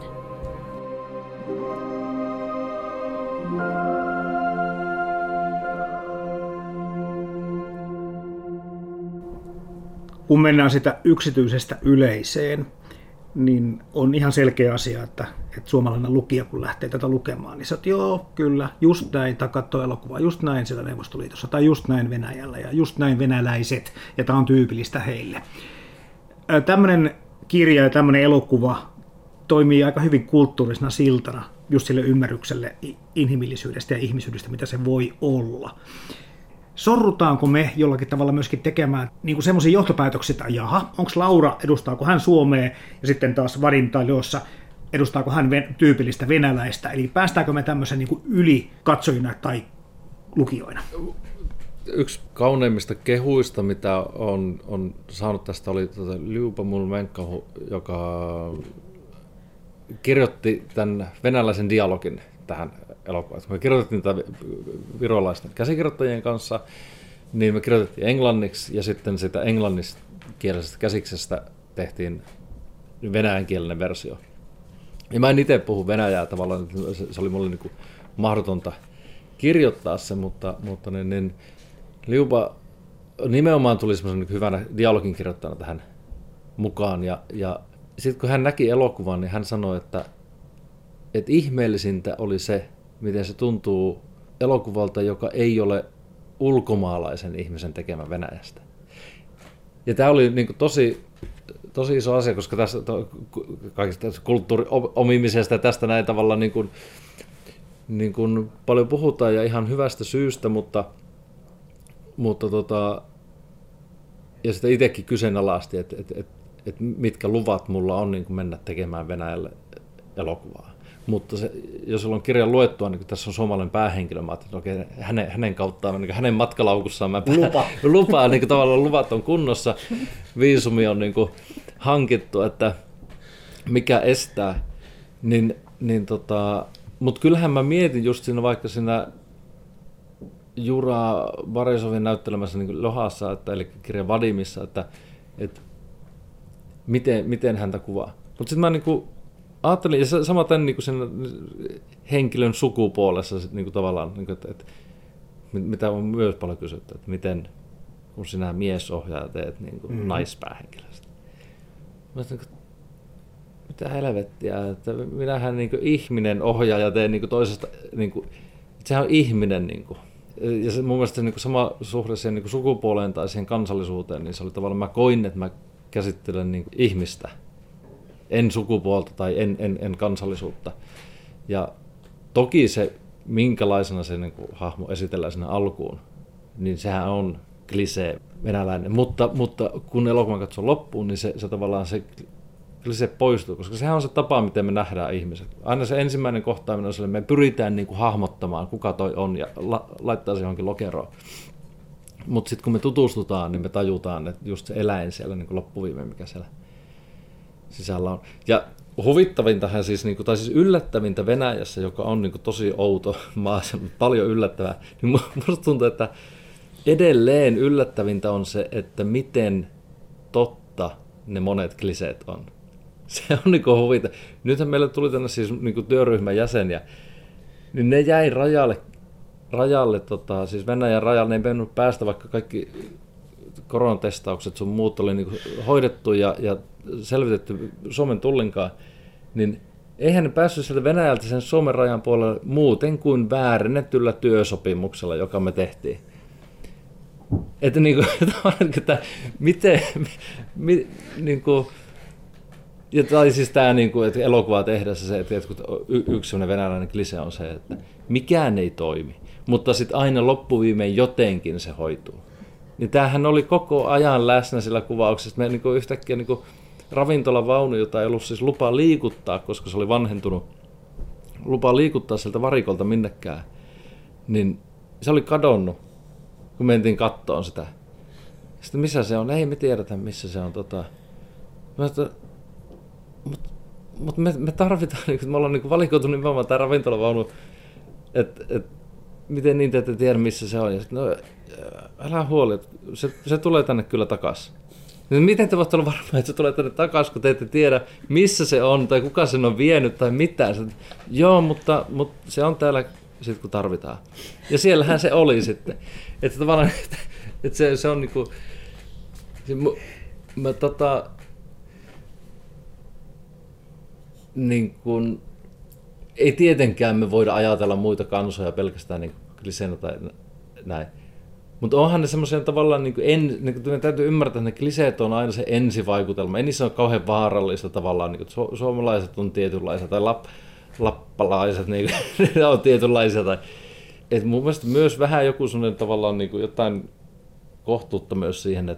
Kun mennään sitä yksityisestä yleiseen, niin on ihan selkeä asia, että suomalainen lukija, kun lähtee tätä lukemaan, niin se on, joo, kyllä, just näin, tai katsoo elokuvaa, just näin siellä Neuvostoliitossa, tai just näin Venäjällä, ja just näin venäläiset, ja tämä on tyypillistä heille. Tämmöinen kirja ja tämmöinen elokuva toimii aika hyvin kulttuurisena siltana just sille ymmärrykselle inhimillisyydestä ja ihmisyydestä, mitä se voi olla. Sorrutaanko me jollakin tavalla myöskin tekemään niin semmoisia johtopäätöksiä, että jaha, onko Laura, edustaako hän Suomea, ja sitten taas Vadim tai Ljosa, edustaako hän tyypillistä venäläistä, eli päästäänkö me tämmöisen niin yli katsojina tai lukijoina? Yksi kauneimmista kehuista, mitä on saanut tästä, oli Lyuba-Mulmenko, joka kirjoitti tämän venäläisen dialogin tähän elokuvaan. Me kirjoitettiin tätä virolaisten käsikirjoittajien kanssa, niin me kirjoitettiin englanniksi, ja sitten sitä englanninkielisestä käsiksestä tehtiin venäjänkielinen versio. Ja mä en itse puhu venäjää tavallaan, se oli mulle niin kuin mahdotonta kirjoittaa se, mutta niin Lyuba nimenomaan tuli semmoisen niin hyvänä dialogin kirjoittajana tähän mukaan, ja sitten kun hän näki elokuvan, niin hän sanoi, että ihmeellisintä oli se, miten se tuntuu elokuvalta, joka ei ole ulkomaalaisen ihmisen tekemä Venäjästä. Ja tämä oli niin kuin tosi iso asia, koska tässä kaikista kulttuuriomimisesta ja tästä näin tavalla niin kuin paljon puhutaan ja ihan hyvästä syystä, mutta ja sitä itsekin kyseenalaisesti, että mitkä luvat mulla on niin kuin mennä tekemään Venäjälle elokuvaa. Mutta jos on kirjan luettua, niin tässä on suomalainen päähenkilö, mä ajattelin, että hänen kauttaan, niin hänen matkalaukussaan mä lupaan, niin tavallaan luvat on kunnossa, viisumi on niin kuin hankittu, että mikä estää. Mutta kyllähän mä mietin just siinä vaikka siinä Jura Barisovin näyttelemässä niin Lohassa, eli kirjan Vadimissa, että miten häntä kuvaa. Mutta sitten mä niinku ajattelin, ja samaten niinku sen henkilön sukupuolessa niinku tavallaan, niinku, että mitä on myös paljon kysytty, että miten kun sinä miesohjaaja teet niinku naispäähenkilöstä. Mä sanoin, mitä helvettiä, että minähän niinku ihminen ohjaaja teen niinku toisesta, niinku, sehän on ihminen. Niinku. Ja se, mun mielestä se niinku sama suhde siihen niinku sukupuoleen tai siihen kansallisuuteen, niin se oli tavallaan, mä koin, että mä käsittelen niinku ihmistä, en sukupuolta tai en kansallisuutta. Ja toki se, minkälaisena se niinku hahmo esitellään sinne alkuun, niin sehän on klisee venäläinen. Mutta kun elokuvan katsoo loppuun, niin se tavallaan se klisee poistuu, koska sehän on se tapa, miten me nähdään ihmiset. Aina se ensimmäinen kohtaaminen on sille, me pyritään niinku hahmottamaan, kuka toi on, ja laittaa se johonkin lokeroon. Mutta sitten kun me tutustutaan, niin me tajutaan, että just se eläin siellä niin loppuviimein, mikä siellä sisällä on. Ja huvittavintahan siis, tai siis yllättävintä Venäjässä, joka on tosi outo maa, paljon yllättävää, niin musta tuntuu, että edelleen yllättävintä on se, että miten totta ne monet kliseet on. Se on huvita. Nythän meillä tuli tänne siis työryhmän jäseniä, niin ne jäi rajalle siis Venäjän rajalle, ne ei mennyt päästä, vaikka kaikki koronatestaukset sun muut oli hoidettu ja selvitetty Suomen tullinkaan, niin eihän ne päässyt sieltä Venäjältä sen Suomen rajan puolelle muuten kuin väärennetyllä työsopimuksella, joka me tehtiin. Että että miten ja tai siis tämä että elokuvaa tehdessä se, että yksi sellainen venäläinen klise on se, että mikään ei toimi, mutta sitten aina loppuviimein jotenkin se hoituu. Niin tämähän oli koko ajan läsnä sillä kuvauksessa. Me yhtäkkiä ravintolavaunu, jota ei ollut siis lupa liikuttaa, koska se oli vanhentunut, lupa liikuttaa sieltä varikolta minnekään, niin se oli kadonnut, kun mentiin kattoon sitä. Sitten missä se on? Ei me tiedetä, missä se on. Mutta me tarvitaan, me ollaan valikoitu nimenomaan tämä ravintolavaunu, että miten niin te ette tiedä, missä se on. Ja sit, no, älä huoli, se tulee tänne kyllä takaisin. Miten te voitte olla varma, että se tulee tänne takaisin, kun te ette tiedä, missä se on, tai kuka sen on vienyt, tai mitään. Joo, mutta se on täällä sitten, kun tarvitaan. Ja siellähän se oli sitten. Että tavallaan, että se on ei tietenkään me voida ajatella muita kansoja pelkästään kliseenä tai näin. Mutta onhan ne semmoisia tavallaan, me täytyy ymmärtää, että ne kliseet on aina se ensivaikutelma. Ei niissä ole kauhean vaarallista tavallaan, että suomalaiset on tietynlaisia tai lappalaiset ne on tietynlaisia. Et mun mielestä myös vähän joku sellainen tavallaan jotain kohtuutta myös siihen,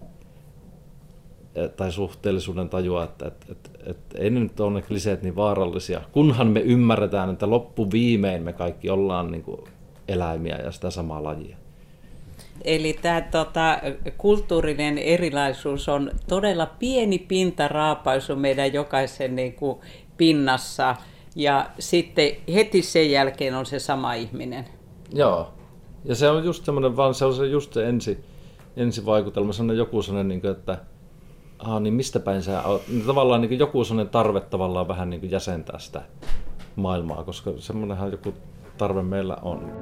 tai suhteellisuuden tajua, että ei ne nyt ole ne kliseet niin vaarallisia, kunhan me ymmärretään, että loppuviimein me kaikki ollaan eläimiä ja sitä samaa lajia. Eli tämä kulttuurinen erilaisuus on todella pieni pintaraapaisu meidän jokaisen pinnassa, ja sitten heti sen jälkeen on se sama ihminen. Joo, ja se on just semmoinen, vaan se on just se ensivaikutelma, sellainen joku sellainen, että niin mistä päin sä oot, tavallaan joku sellainen tarve tavallaan vähän jäsentää sitä maailmaa, koska semmoinenhan joku tarve meillä on.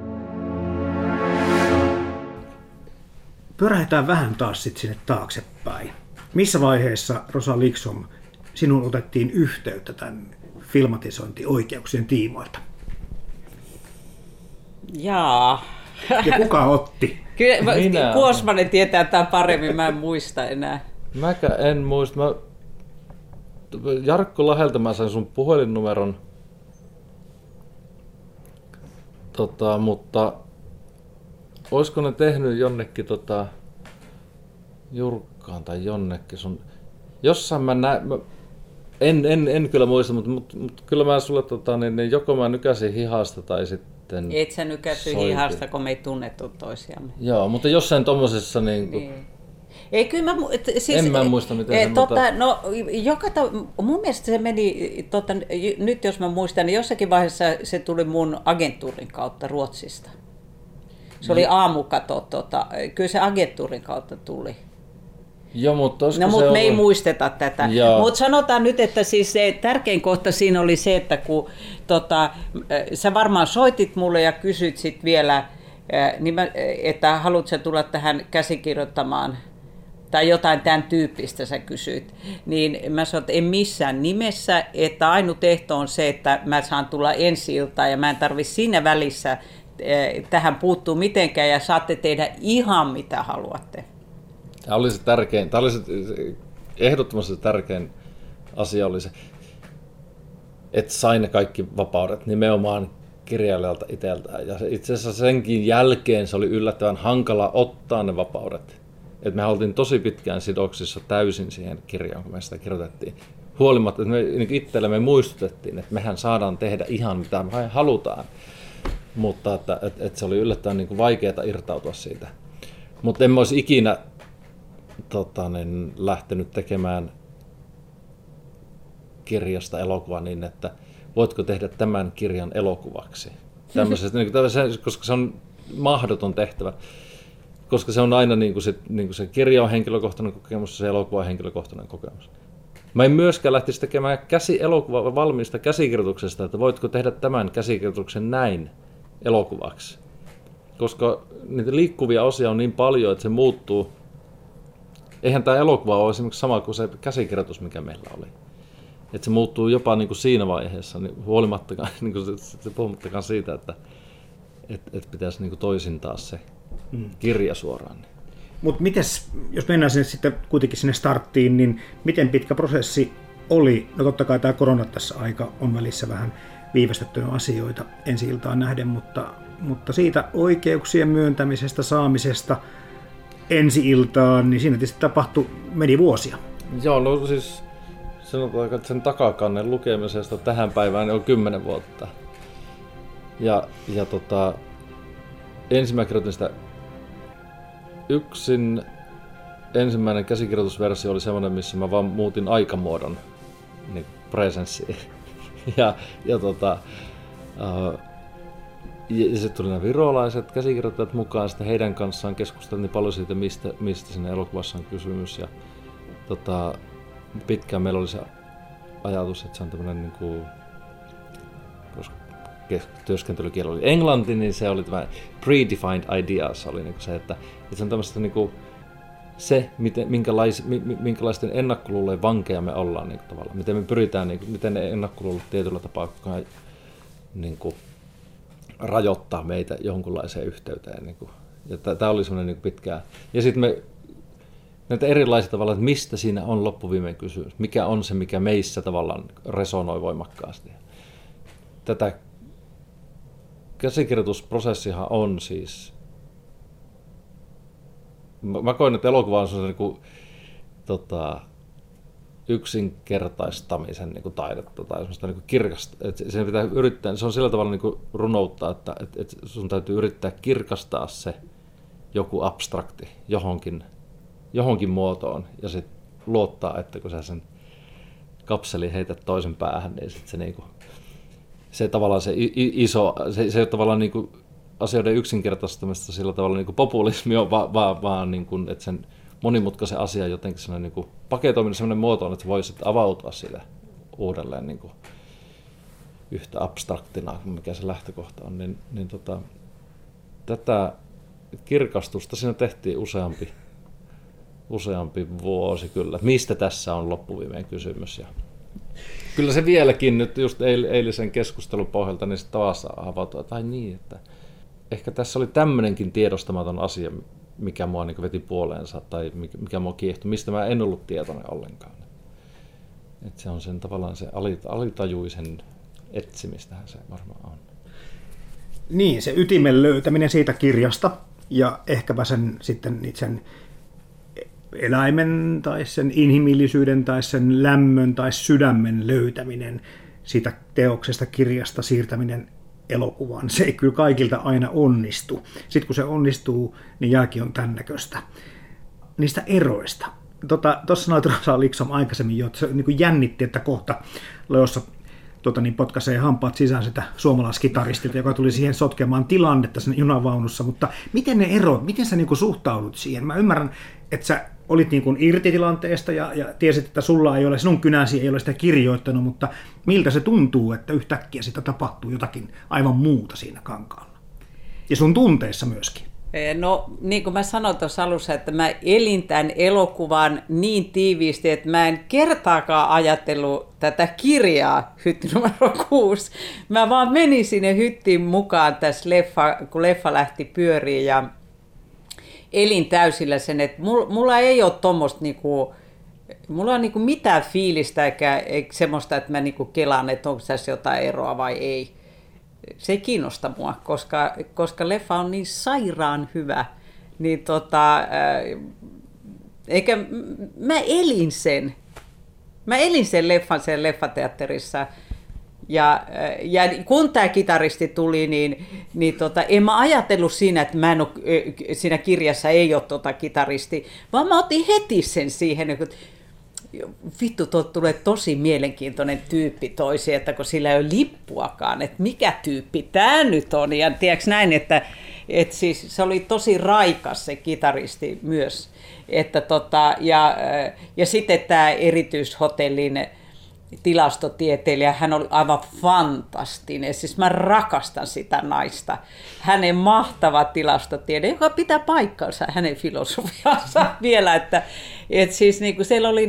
Pyörähdetään vähän taas sitten sinne taaksepäin. Missä vaiheessa, Rosa Liksom, sinun otettiin yhteyttä tämän filmatisointioikeuksien tiimoilta? Jarkko Ja kuka otti? Kyllä, Kuosmanen tietää tämän paremmin, mä en muista enää. Mäkään en muista. Jarkko Lahelta mä sain sun puhelinnumeron, mutta olisiko ne tehnyt jonnekin Jurkkaan tai jonnekin sun... Jossain mä näin... En kyllä muista, mutta kyllä mä sulle niin joko mä nykäsin hihasta tai sitten... Et sä nykäsy hihasta, kun me ei tunnettu toisiamme. Joo, mutta jossain tommosessa niin. Ei, kyllä en mä muista miten se, mutta... No, mun mielestä se meni, nyt jos mä muistan, niin jossakin vaiheessa se tuli mun agenttuurin kautta Ruotsista. Se oli Aamukato, kyllä se agenttuurin kautta tuli. Joo, mutta me ei muisteta tätä. Mutta sanotaan nyt, että siis se tärkein kohta siinä oli se, että kun sä varmaan soitit mulle ja kysyt sit vielä, että haluatko tulla tähän käsikirjoittamaan tai jotain tämän tyyppistä sä kysyit, niin mä sanoin, että en missään nimessä, että ainut ehto on se, että mä saan tulla ensi-iltaan ja mä en tarvitse siinä välissä tähän puuttuu mitenkään ja saatte tehdä ihan mitä haluatte. Tämä oli se tärkein, ehdottomasti se tärkein asia oli se, että sain ne kaikki vapaudet nimenomaan kirjailijalta itseltään. Ja itse asiassa senkin jälkeen se oli yllättävän hankala ottaa ne vapaudet. Et me oltiin tosi pitkään sidoksissa täysin siihen kirjaan, kun me sitä kirjoitettiin. Huolimatta, että me itsellemme muistutettiin, että mehän saadaan tehdä ihan mitä me halutaan. Mutta että se oli yllättävän vaikeaa irtautua siitä. Mutta en mä olisi ikinä lähtenyt tekemään kirjasta elokuva niin, että voitko tehdä tämän kirjan elokuvaksi. Koska se on mahdoton tehtävä, koska se on aina se kirja on henkilökohtainen kokemus, se elokuva on henkilökohtainen kokemus. Mä en myöskään lähtisi tekemään elokuvaa valmiista käsikirjoituksesta, että voitko tehdä tämän käsikirjoituksen näin elokuvaksi. Koska niitä liikkuvia osia on niin paljon, että se muuttuu. Eihän tämä elokuva ole esimerkiksi sama kuin se käsikirjoitus, mikä meillä oli. Että se muuttuu jopa niin kuin siinä vaiheessa, niin huolimattakaan, niin kuin puhumattakaan siitä, että pitäisi niin kuin toisintaa se kirja suoraan. Mutta jos mennään sitten kuitenkin sinne starttiin, niin miten pitkä prosessi oli? No totta kai tämä korona tässä aika on välissä vähän viivästettyä asioita ensi-iltaan nähden, mutta siitä oikeuksien myöntämisestä, saamisesta ensi-iltaan, niin siinä tietysti meni vuosia. Joo, no siis sanotaan, että sen takakannen lukemisesta tähän päivään on 10 vuotta. Ja ensin mä kirjoitin sitä yksin. Ensimmäinen käsikirjoitusversio oli semmoinen, missä mä vaan muutin aikamuodon niin presenssiin. Ja sitten tuli nämä virolaiset käsikirjoittajat mukaan, sitten heidän kanssaan keskusteltiin paljon siitä, mistä siinä elokuvassa on kysymys. Ja pitkään meillä oli se ajatus, että se on tämmöinen, niin kuin, koska työskentelykieli oli englanti, niin se oli tämä predefined ideas, oli niin kuin se, että se on tämmöistä niin kuin se, minkälaisten ennakkoluulojen vankeja me ollaan niin kuin, tavallaan. Miten me pyritään, niin kuin, miten ne ennakkoluulot tietyllä tapaa niin kuin, rajoittaa meitä jonkunlaiseen yhteyteen. Niin kuin. Ja tämä oli semmoinen niin pitkään. Ja sitten me näitä erilaisia tavalla, että mistä siinä on loppuviimein kysymys. Mikä on se, mikä meissä tavallaan resonoi voimakkaasti. Tätä käsikirjoitusprosessihan on siis. Mä koen, että elokuva on sellainen niin yksinkertaistamisen niin kuin taidetta tai semmoista niin kirkasta. Sen pitää yrittää, se on sillä tavalla niin kuin runoutta, että sun täytyy yrittää kirkastaa se joku abstrakti johonkin muotoon ja sitten luottaa, että kun sä sen kapselin heität toisen päähän, niin sit se niinku se tavallaan se iso se tavallaan niinku asioiden yksinkertaistamista sillä tavalla niinku populismi on vaan niinku, että sen monimutkaisen asian jotenkin sellainen niinku paketoiminen sellainen muotoon, että voisit avautua siitä uudelleen niinku yhtä abstraktina, mikä se lähtökohta on, niin tätä kirkastusta siinä tehtiin useampi vuosi kyllä. Mistä tässä on loppuviimein kysymys? Ja kyllä se vieläkin nyt just eilisen keskustelun pohjalta niin sitten taas avautuu, että että ehkä tässä oli tämmöinenkin tiedostamaton asia, mikä mua niin veti puoleensa tai mikä mua kiehtoi, mistä mä en ollut tietoinen ollenkaan. Että se on sen tavallaan se alitajuisen etsimistähän se varmaan on. Niin, se ytimen löytäminen siitä kirjasta ja ehkäpä sen eläimen tai sen inhimillisyyden tai sen lämmön tai sydämen löytäminen siitä teoksesta, kirjasta siirtäminen elokuvaan. Se ei kyllä kaikilta aina onnistu. Sitten kun se onnistuu, niin jälki on tämän näköistä. Niistä eroista. Tuossa sanoit Rosa Liksom aikaisemmin jo, että se niin kuin jännitti, että kohta Leossa potkaisee hampaat sisään sitä suomalaiskitaristilta, joka tuli siihen sotkemaan tilannetta sen junavaunussa, mutta miten ne erot, miten sä niin kuin suhtaudut siihen? Mä ymmärrän, että sä olit niin kuin irti tilanteesta ja tiesit, että sinun kynäsi ei ole sitä kirjoittanut, mutta miltä se tuntuu, että yhtäkkiä sitä tapahtuu jotakin aivan muuta siinä kankaalla? Ja sun tunteissa myöskin. No niin kuin mä sanoin tuossa alussa, että mä elin tämän elokuvan niin tiiviisti, että mä en kertaakaan ajatellut tätä kirjaa, hytti numero 6. Mä vaan menin sinne hyttiin mukaan tässä kun leffa lähti pyöriin ja elin täysillä sen, että mulla ei ole tuommoista mulla on mitään fiilistä eikä semmoista, että mä kelaan, että onko tässä jotain eroa vai ei. Se ei kiinnosta mua, koska leffa on niin sairaan hyvä. Niin mä elin sen. Mä elin sen leffan sen leffateatterissa. Ja kun tämä kitaristi tuli, niin en mä ajatellut siinä, että mä en ole, siinä kirjassa ei ole kitaristi, vaan mä otin heti sen siihen, vittu, tuolta tulee tosi mielenkiintoinen tyyppi toisi, että kun sillä ei ole lippuakaan, että mikä tyyppi tämä nyt on. Ja tiedätkö näin, että siis se oli tosi raikas se kitaristi myös. Että ja sitten tämä erityishotellin tilastotieteilijä, hän oli aivan fantastinen. Siis mä rakastan sitä naista. Hänen mahtava tilastotiede, joka pitää paikkansa hänen filosofiansa vielä. Että siis niin kuin siellä oli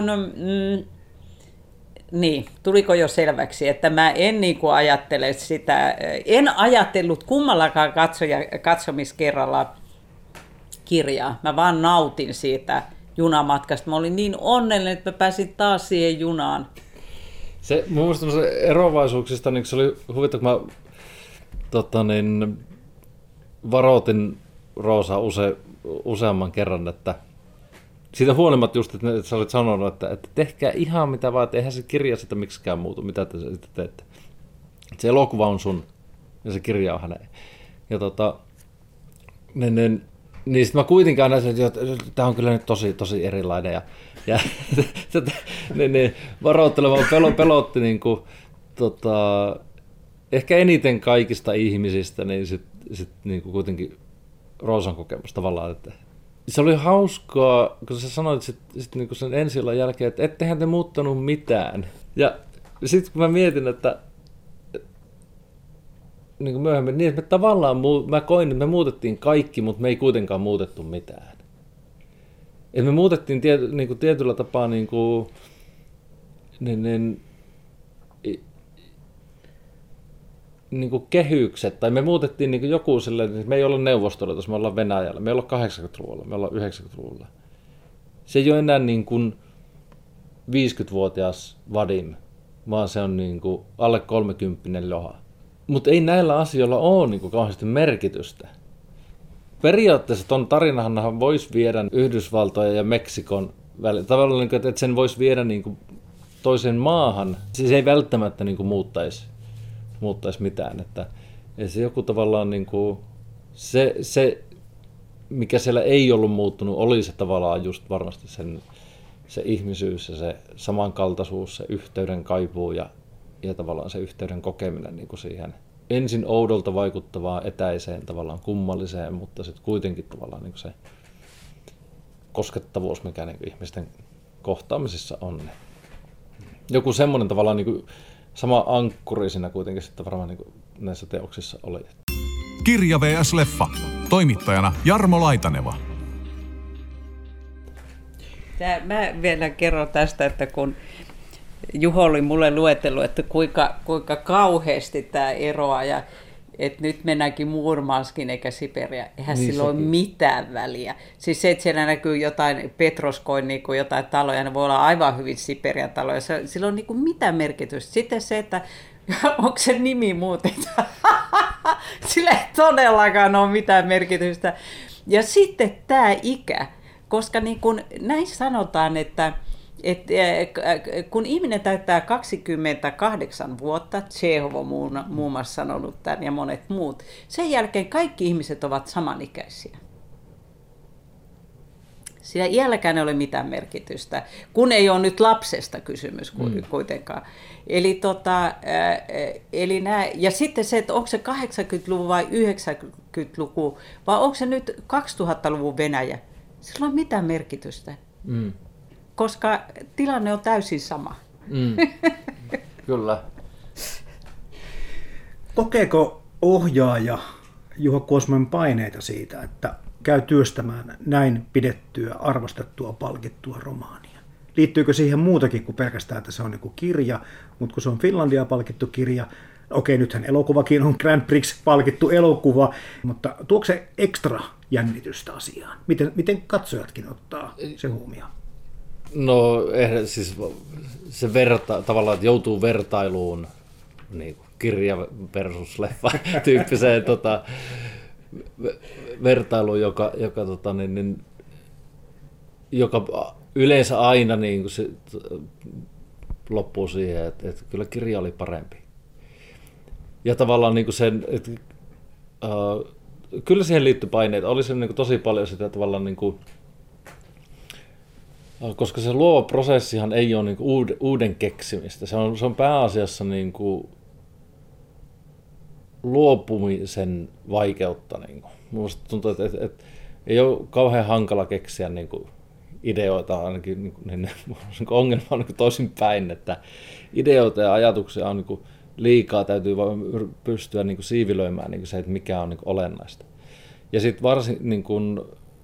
niin, tuliko jo selväksi, että mä en niin kuin ajattele sitä, en ajatellut kummallakaan katsomiskerralla kirjaa. Mä vaan nautin siitä junamatkasta. Mä olin niin onnellinen, että mä pääsin taas siihen junaan. Se mun mielestä eroavaisuuksista, niin se oli huvittava, kun mä varoitin Roosaa useamman kerran, että siitä huolimatta just, että sä olit sanonut, että tehkää ihan mitä vaan, että eihän se kirja sitä miksikään muutu, mitä te sitten teette. Se elokuva on sun ja se kirja on hänen. Ja niin sitten mä kuitenkin aina sanoin, että tämä on kyllä nyt tosi erilainen. Ja varoittelemaan pelotti niin kuin, ehkä eniten kaikista ihmisistä, niin sit niin kuin kuitenkin Roosan kokemus tavallaan. Että se oli hauskaa, kun sä sanoit sit niin kuin sen ensi-illan jälkeen, että ettehän te muuttanut mitään. Ja sitten kun mä mietin, että niin kuin myöhemmin, niin että me tavallaan, mä koin, että me muutettiin kaikki, mutta me ei kuitenkaan muutettu mitään. Et me muutettiin niin kuin tietyllä tapaa niin kuin kehykset, tai me muutettiin niin kuin joku silleen, että me ei olla Neuvostoliitossa, me ollaan Venäjällä, me ei olla 80-luvulla, me ollaan 90-luvulla. Se ei ole enää niin kuin 50-vuotias Vadim, vaan se on niin kuin alle 30 loha. Mutta ei näillä asioilla ole niin kuin kauheasti merkitystä. Periaatteessa ton tarinahan voisi viedä Yhdysvaltojen ja Meksikon välillä. Tavallaan, että sen voisi viedä niin kuin toiseen maahan. Se ei välttämättä niin kuin muuttaisi mitään. Että se joku tavallaan niin kuin se, mikä siellä ei ollut muuttunut, oli se tavallaan just varmasti se ihmisyys ja se samankaltaisuus, se yhteyden kaipuu ja tavallaan se yhteyden kokeminen niin kuin siihen ensin oudolta vaikuttavaan etäiseen, tavallaan kummalliseen, mutta sitten kuitenkin tavallaan niin kuin se koskettavuus, mikä niin kuin ihmisten kohtaamisissa on. Joku semmoinen tavallaan niin kuin sama ankkuri siinä kuitenkin sitten varmaan niin kuin näissä teoksissa oli. Kirja vs. Leffa. Toimittajana Jarmo Laitaneva. Mä vielä kerron tästä, että kun Juho oli mulle luetellut, että kuinka kauheasti tämä eroaa ja että nyt mennäänkin Murmanskin eikä Siberia. Eihän niin sillä ole mitään väliä. Siis se, että siellä näkyy jotain Petroskoin, niin kuin jotain taloja, ne voi olla aivan hyvin Siberian taloja. Sillä on niin kuin mitään merkitystä. Sitten se, että onko se nimi muutettu. Sillä ei todellakaan ole mitään merkitystä. Ja sitten tämä ikä, koska niin kuin näin sanotaan, että kun ihminen täyttää 28 vuotta, Tsehov on muun muassa sanonut tämän ja monet muut, sen jälkeen kaikki ihmiset ovat samanikäisiä. Sillä iälläkään ei ole mitään merkitystä, kun ei ole nyt lapsesta kysymys kuitenkaan. Eli ja sitten se, että onko se 80-luvu vai 90-luku, vai onko se nyt 2000-luvun Venäjä, sillä ei ole mitään merkitystä. Koska tilanne on täysin sama. Kyllä. Kokeeko ohjaaja Juha Kuosman paineita siitä, että käy työstämään näin pidettyä, arvostettua, palkittua romaania? Liittyykö siihen muutakin kuin pelkästään, että se on niin kuin kirja, mutta kun se on Finlandia palkittu kirja, okei, nythän elokuvakin on Grand Prix-palkittu elokuva, mutta tuoko se ekstra jännitystä asiaan? Miten katsojatkin ottaa se huomioon? No siis se tavallaan, että joutuu vertailuun niin kirja versus leffa tyyppiseen vertailuun, joka yleensä aina niin kuin se loppuu siihen, että kyllä kirja oli parempi. Ja tavallaan niin kuin sen, että kyllä siihen liittyy paineita. Oli se niin kuin tosi paljon sitä tavallaan niin kuin Koska se luova prosessihan ei ole niin kuin uuden keksimistä. Se on pääasiassa niin kuin luopumisen vaikeutta. Niin kuin. Minusta tuntuu, että ei ole kauhean hankala keksiä niin kuin ideoita, ainakin niin ongelma on niin toisinpäin, että ideoita ja ajatuksia on niin liikaa, täytyy vaan pystyä niin siivilöimään niin se, että mikä on niin olennaista. Ja sitten varsin, niin kuin,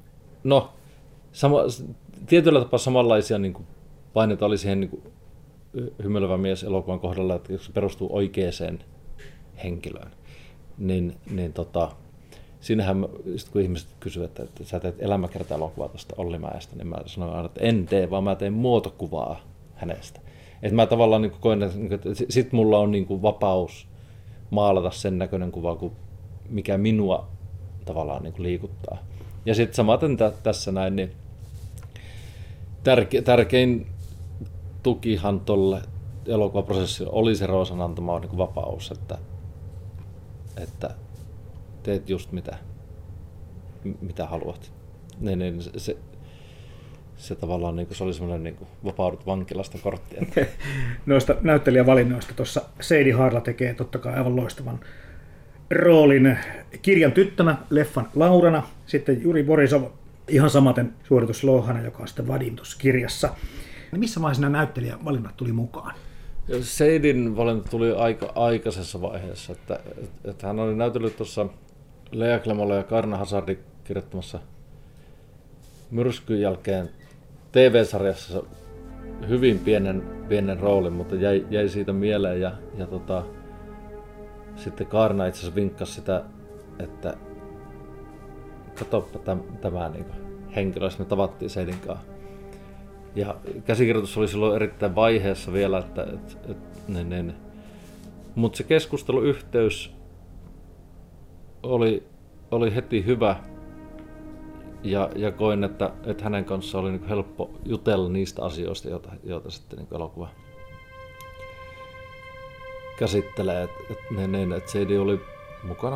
tietyllä tapaa samanlaisia niin paineita oli siihen niin Hymyilevä mies -elokuvan kohdalla, että se perustuu oikeaan henkilöön, niin siinähän, kun ihmiset kysyvät, että sä teet elämäkerta-elokuvaa tuosta Olli Mäestä, niin mä sanoin aina, että en tee, vaan mä teen muotokuvaa hänestä. Että mä tavallaan niin koen, että sit mulla on niin vapaus maalata sen näköinen kuva, mikä minua tavallaan niin liikuttaa. Ja sitten samaten tässä näin, niin tärkein tukihan tuolle elokuvaprosessille oli se Roosan antama niin vapaus, että teet just mitä haluat. Niin se tavallaan niin se oli semmoinen niin vapaudut vankilasta kortti. Noista näyttelijävalinnoista tuossa Sadie Harla tekee totta kai aivan loistavan roolin kirjan tyttönä, leffan Laurana, sitten Juri Borisov ihan samaten suoritus Lohana, joka on sitten Vadim tuossa kirjassa. Missä vaiheessa nämä näyttelijävalinnat tuli mukaan? Sadien valinta tuli aika aikaisessa vaiheessa, että hän oli näytellyt tuossa Lea Klemola ja Karna Hazardin kirjoittamassa Myrskyn jälkeen TV-sarjassa hyvin pienen roolin, mutta jäi siitä mieleen ja sitten Karna itse asiassa vinkkasi sitä, että katsoppa tämä niin henkilö, jos me tavattiin Sadien kanssa. Ja käsikirjoitus oli silloin erittäin vaiheessa vielä, mutta se keskusteluyhteys oli heti hyvä ja koin, että hänen kanssaan oli niin helppo jutella niistä asioista, joita sitten niin elokuva käsittelee. Että Sadie oli mukana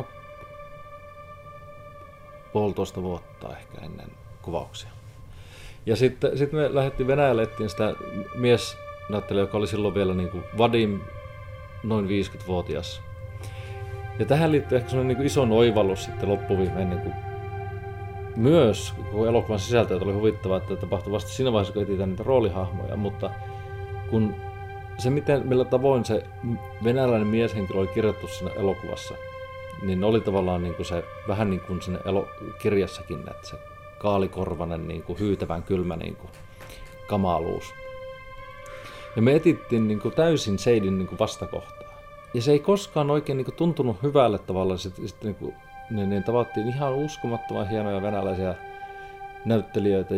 1,5 vuotta ehkä ennen kuvauksia. Ja sitten me lähdettiin Venäjälle, ettiin sitä miesnäyttelijää, joka oli silloin vielä niin kuin Vadim, noin 50-vuotias. Ja tähän liittyy ehkä sellainen niin iso oivallus sitten loppuviimein niin myös, kun elokuvan sisältö oli huvittavaa, että tapahtui vasta siinä vaiheessa, kun etsitään niitä roolihahmoja, mutta kun se millä tavoin se venäläinen mieshenkilö oli kirjoittu siinä elokuvassa, niin oli tavallaan niin kuin se vähän niin kuin siinä kirjassakin, että se kaalikorvainen, niin kuin hyytävän kylmä niin kuin kamaluus. Ja me etittiin niin kuin täysin Sadien niin kuin vastakohtaa. Ja se ei koskaan oikein niin kuin tuntunut hyvälle tavalla. Sitten niin tavattiin ihan uskomattoman hienoja venäläisiä näyttelijöitä.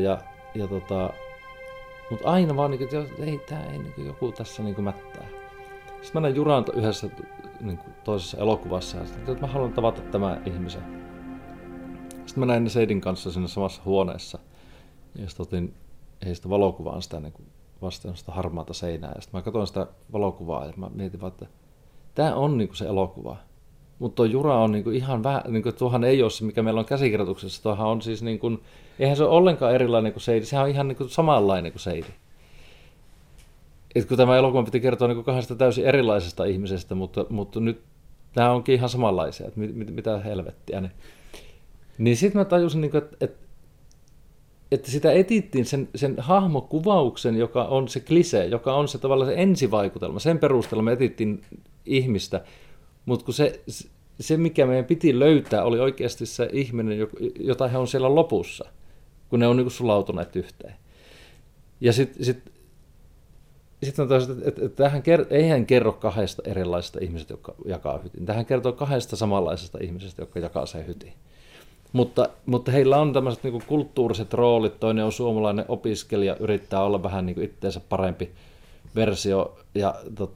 Mutta aina vaan, niin kuin, että ei, tämä ei niin kuin, joku tässä niin kuin mättää. Sitten mä näin Juran yhdessä niin kuin toisessa elokuvassa ja sitten, että mä haluan tavata tämän ihmisen. Sitten mä näin ne Sadien kanssa siinä samassa huoneessa. Ja sitten otin heistä valokuvaan sitä niin vasten sitä harmaata seinää. Ja sitten mä katsoin sitä valokuvaa ja mä mietin vaan, että tämä on niin kuin se elokuva. Mutta tuo Jura on niin kuin ihan vähän, niin kuin, tuohan ei ole se, mikä meillä on käsikirjoituksessa. Tuohan on siis, niin kuin, eihän se ole ollenkaan erilainen kuin Sadie. Sehän on ihan niin kuin samanlainen kuin Sadie. Et kun tämä elokuva piti kertoa niin kuin kahdesta täysin erilaisesta ihmisestä, mutta nyt nämä onkin ihan samanlaisia. Että mitä helvettiä. Niin sitten mä tajusin, että sitä etittiin sen hahmokuvauksen, joka on se klisee, joka on se tavallaan se ensivaikutelma. Sen perusteella me etittiin ihmistä, mutta kun se, mikä meidän piti löytää, oli oikeasti se ihminen, jota he on siellä lopussa, kun ne on niin kuin sulautuneet yhteen. Ja sitten mä tajusin, että tämähän eihän kerro kahdesta erilaisesta ihmisestä, jotka jakaa hytin. Tämähän kertoo kahdesta samanlaisesta ihmisestä, jotka jakaa sen hytin. Mutta heillä on tämmöiset niinku kulttuuriset roolit. Toinen on suomalainen opiskelija, yrittää olla vähän niinku itteensä parempi versio ja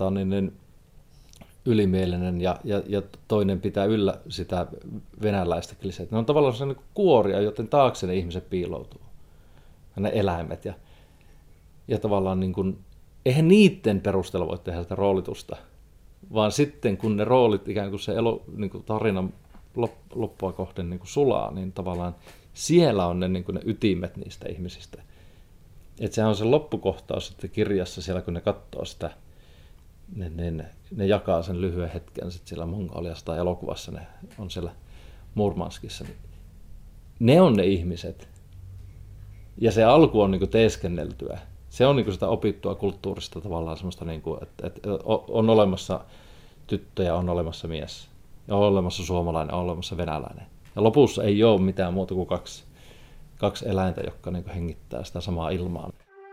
ylimielinen ja toinen pitää yllä sitä venäläistä kliseitä. Ne on tavallaan sellainen niinku kuoria, joten taakse ne ihmiset piiloutuu. Ne eläimet ja tavallaan niinku, eihän niiden perusteella voi tehdä sitä roolitusta, vaan sitten kun ne roolit ikään kuin se niinku tarinan loppua kohden niin kuin sulaa, niin tavallaan siellä on ne, niin kuin ne ytimet niistä ihmisistä. Että sehän on se loppukohtaus sitten kirjassa siellä, kun ne katsoo sitä, ne jakaa sen lyhyen hetken sitten siellä Mongoliassa tai elokuvassa, ne on siellä Murmanskissa. Ne on ne ihmiset. Ja se alku on niin kuin teeskenneltyä. Se on niin kuin sitä opittua kulttuurista tavallaan semmoista, niin kuin, että on olemassa tyttö ja on olemassa mies. Ja on olemassa suomalainen, on olemassa venäläinen. Ja lopussa ei ole mitään muuta kuin kaksi eläintä, jotka niin kuin hengittää sitä samaa ilmaa.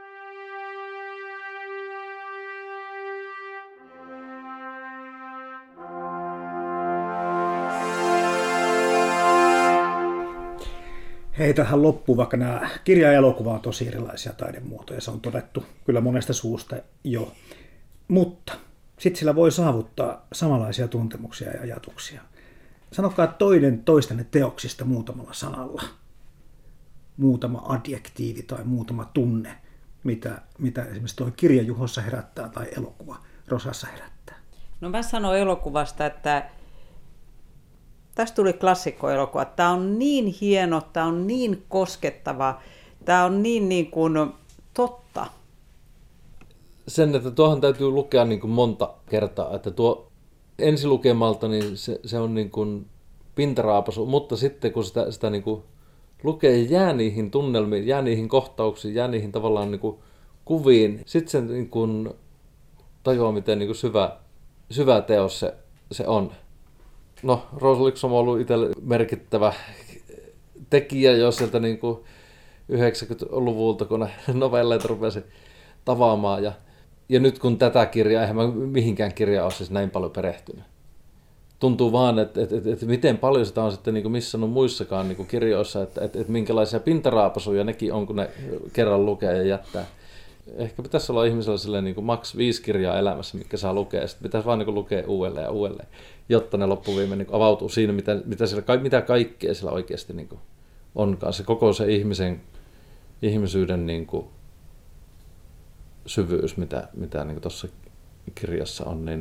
Hei, tähän loppuun, vaikka nämä kirja ja elokuva on tosi erilaisia taidemuotoja, se on todettu kyllä monesta suusta jo, mutta sitten sillä voi saavuttaa samanlaisia tuntemuksia ja ajatuksia. Sanokaa toinen toistenne teoksista muutamalla sanalla, muutama adjektiivi tai muutama tunne, mitä esimerkiksi tuo kirja Juhossa herättää tai elokuva Rosassa herättää. No mä sanon elokuvasta, että tästä tuli klassikkoelokuva. Tämä on niin hieno, tämä on niin koskettava, tämä on niin kuin totta. Sen, että tuohon täytyy lukea niin kuin monta kertaa, että tuo ensilukemalta niin se on niin kuin pintaraapasu, mutta sitten kun sitä niin kuin lukee ja jää niihin tunnelmiin, jää niihin kohtauksiin, jää niihin tavallaan niin kuin kuviin, sitten se niin kuin tajuaa, miten niin kuin syvä teos se on. No, Rosa Liksom on ollut itselle merkittävä tekijä jo sieltä niin kuin 90-luvulta, kun ne novelleita rupesi tavaamaan. Ja nyt kun tätä kirjaa, eihän mä mihinkään kirjaan ole siis näin paljon perehtynyt. Tuntuu vaan, että miten paljon sitä on sitten niin kuin missannut muissakaan niin kuin kirjoissa, että minkälaisia pintaraapasuja nekin on, kun ne kerran lukee ja jättää. Ehkä pitäisi olla ihmisellä silleen niin kuin maks 5 kirjaa elämässä, mitkä saa lukea, ja sitten pitäisi vaan niin kuin lukea uudelleen ja uudelleen, jotta ne loppuviimein niin avautuu siinä, mitä kaikkea siellä oikeasti niin kuin onkaan. Se koko se ihmisyyden niin kuin syvyys, mitä niin kuin tuossa kirjassa on, niin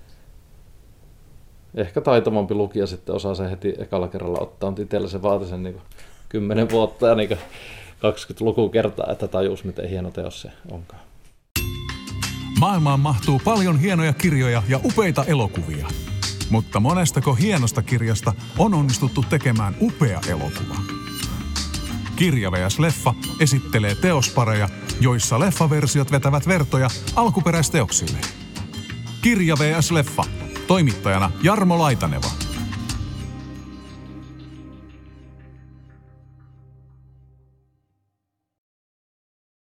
ehkä taitavampi lukija sitten osaa sen heti ekalla kerralla ottaa, mutta itsellä se vaati sen niin kuin 10 vuotta ja niin kuin 20 lukukertaa, että tajus, miten hieno teos se onkaan. Maailmaan mahtuu paljon hienoja kirjoja ja upeita elokuvia. Mutta monestako hienosta kirjasta on onnistuttu tekemään upea elokuva? Kirja vs. Leffa esittelee teospareja, joissa leffaversiot vetävät vertoja alkuperäisteoksille. Kirja vs. Leffa. Toimittajana Jarmo Laitaneva.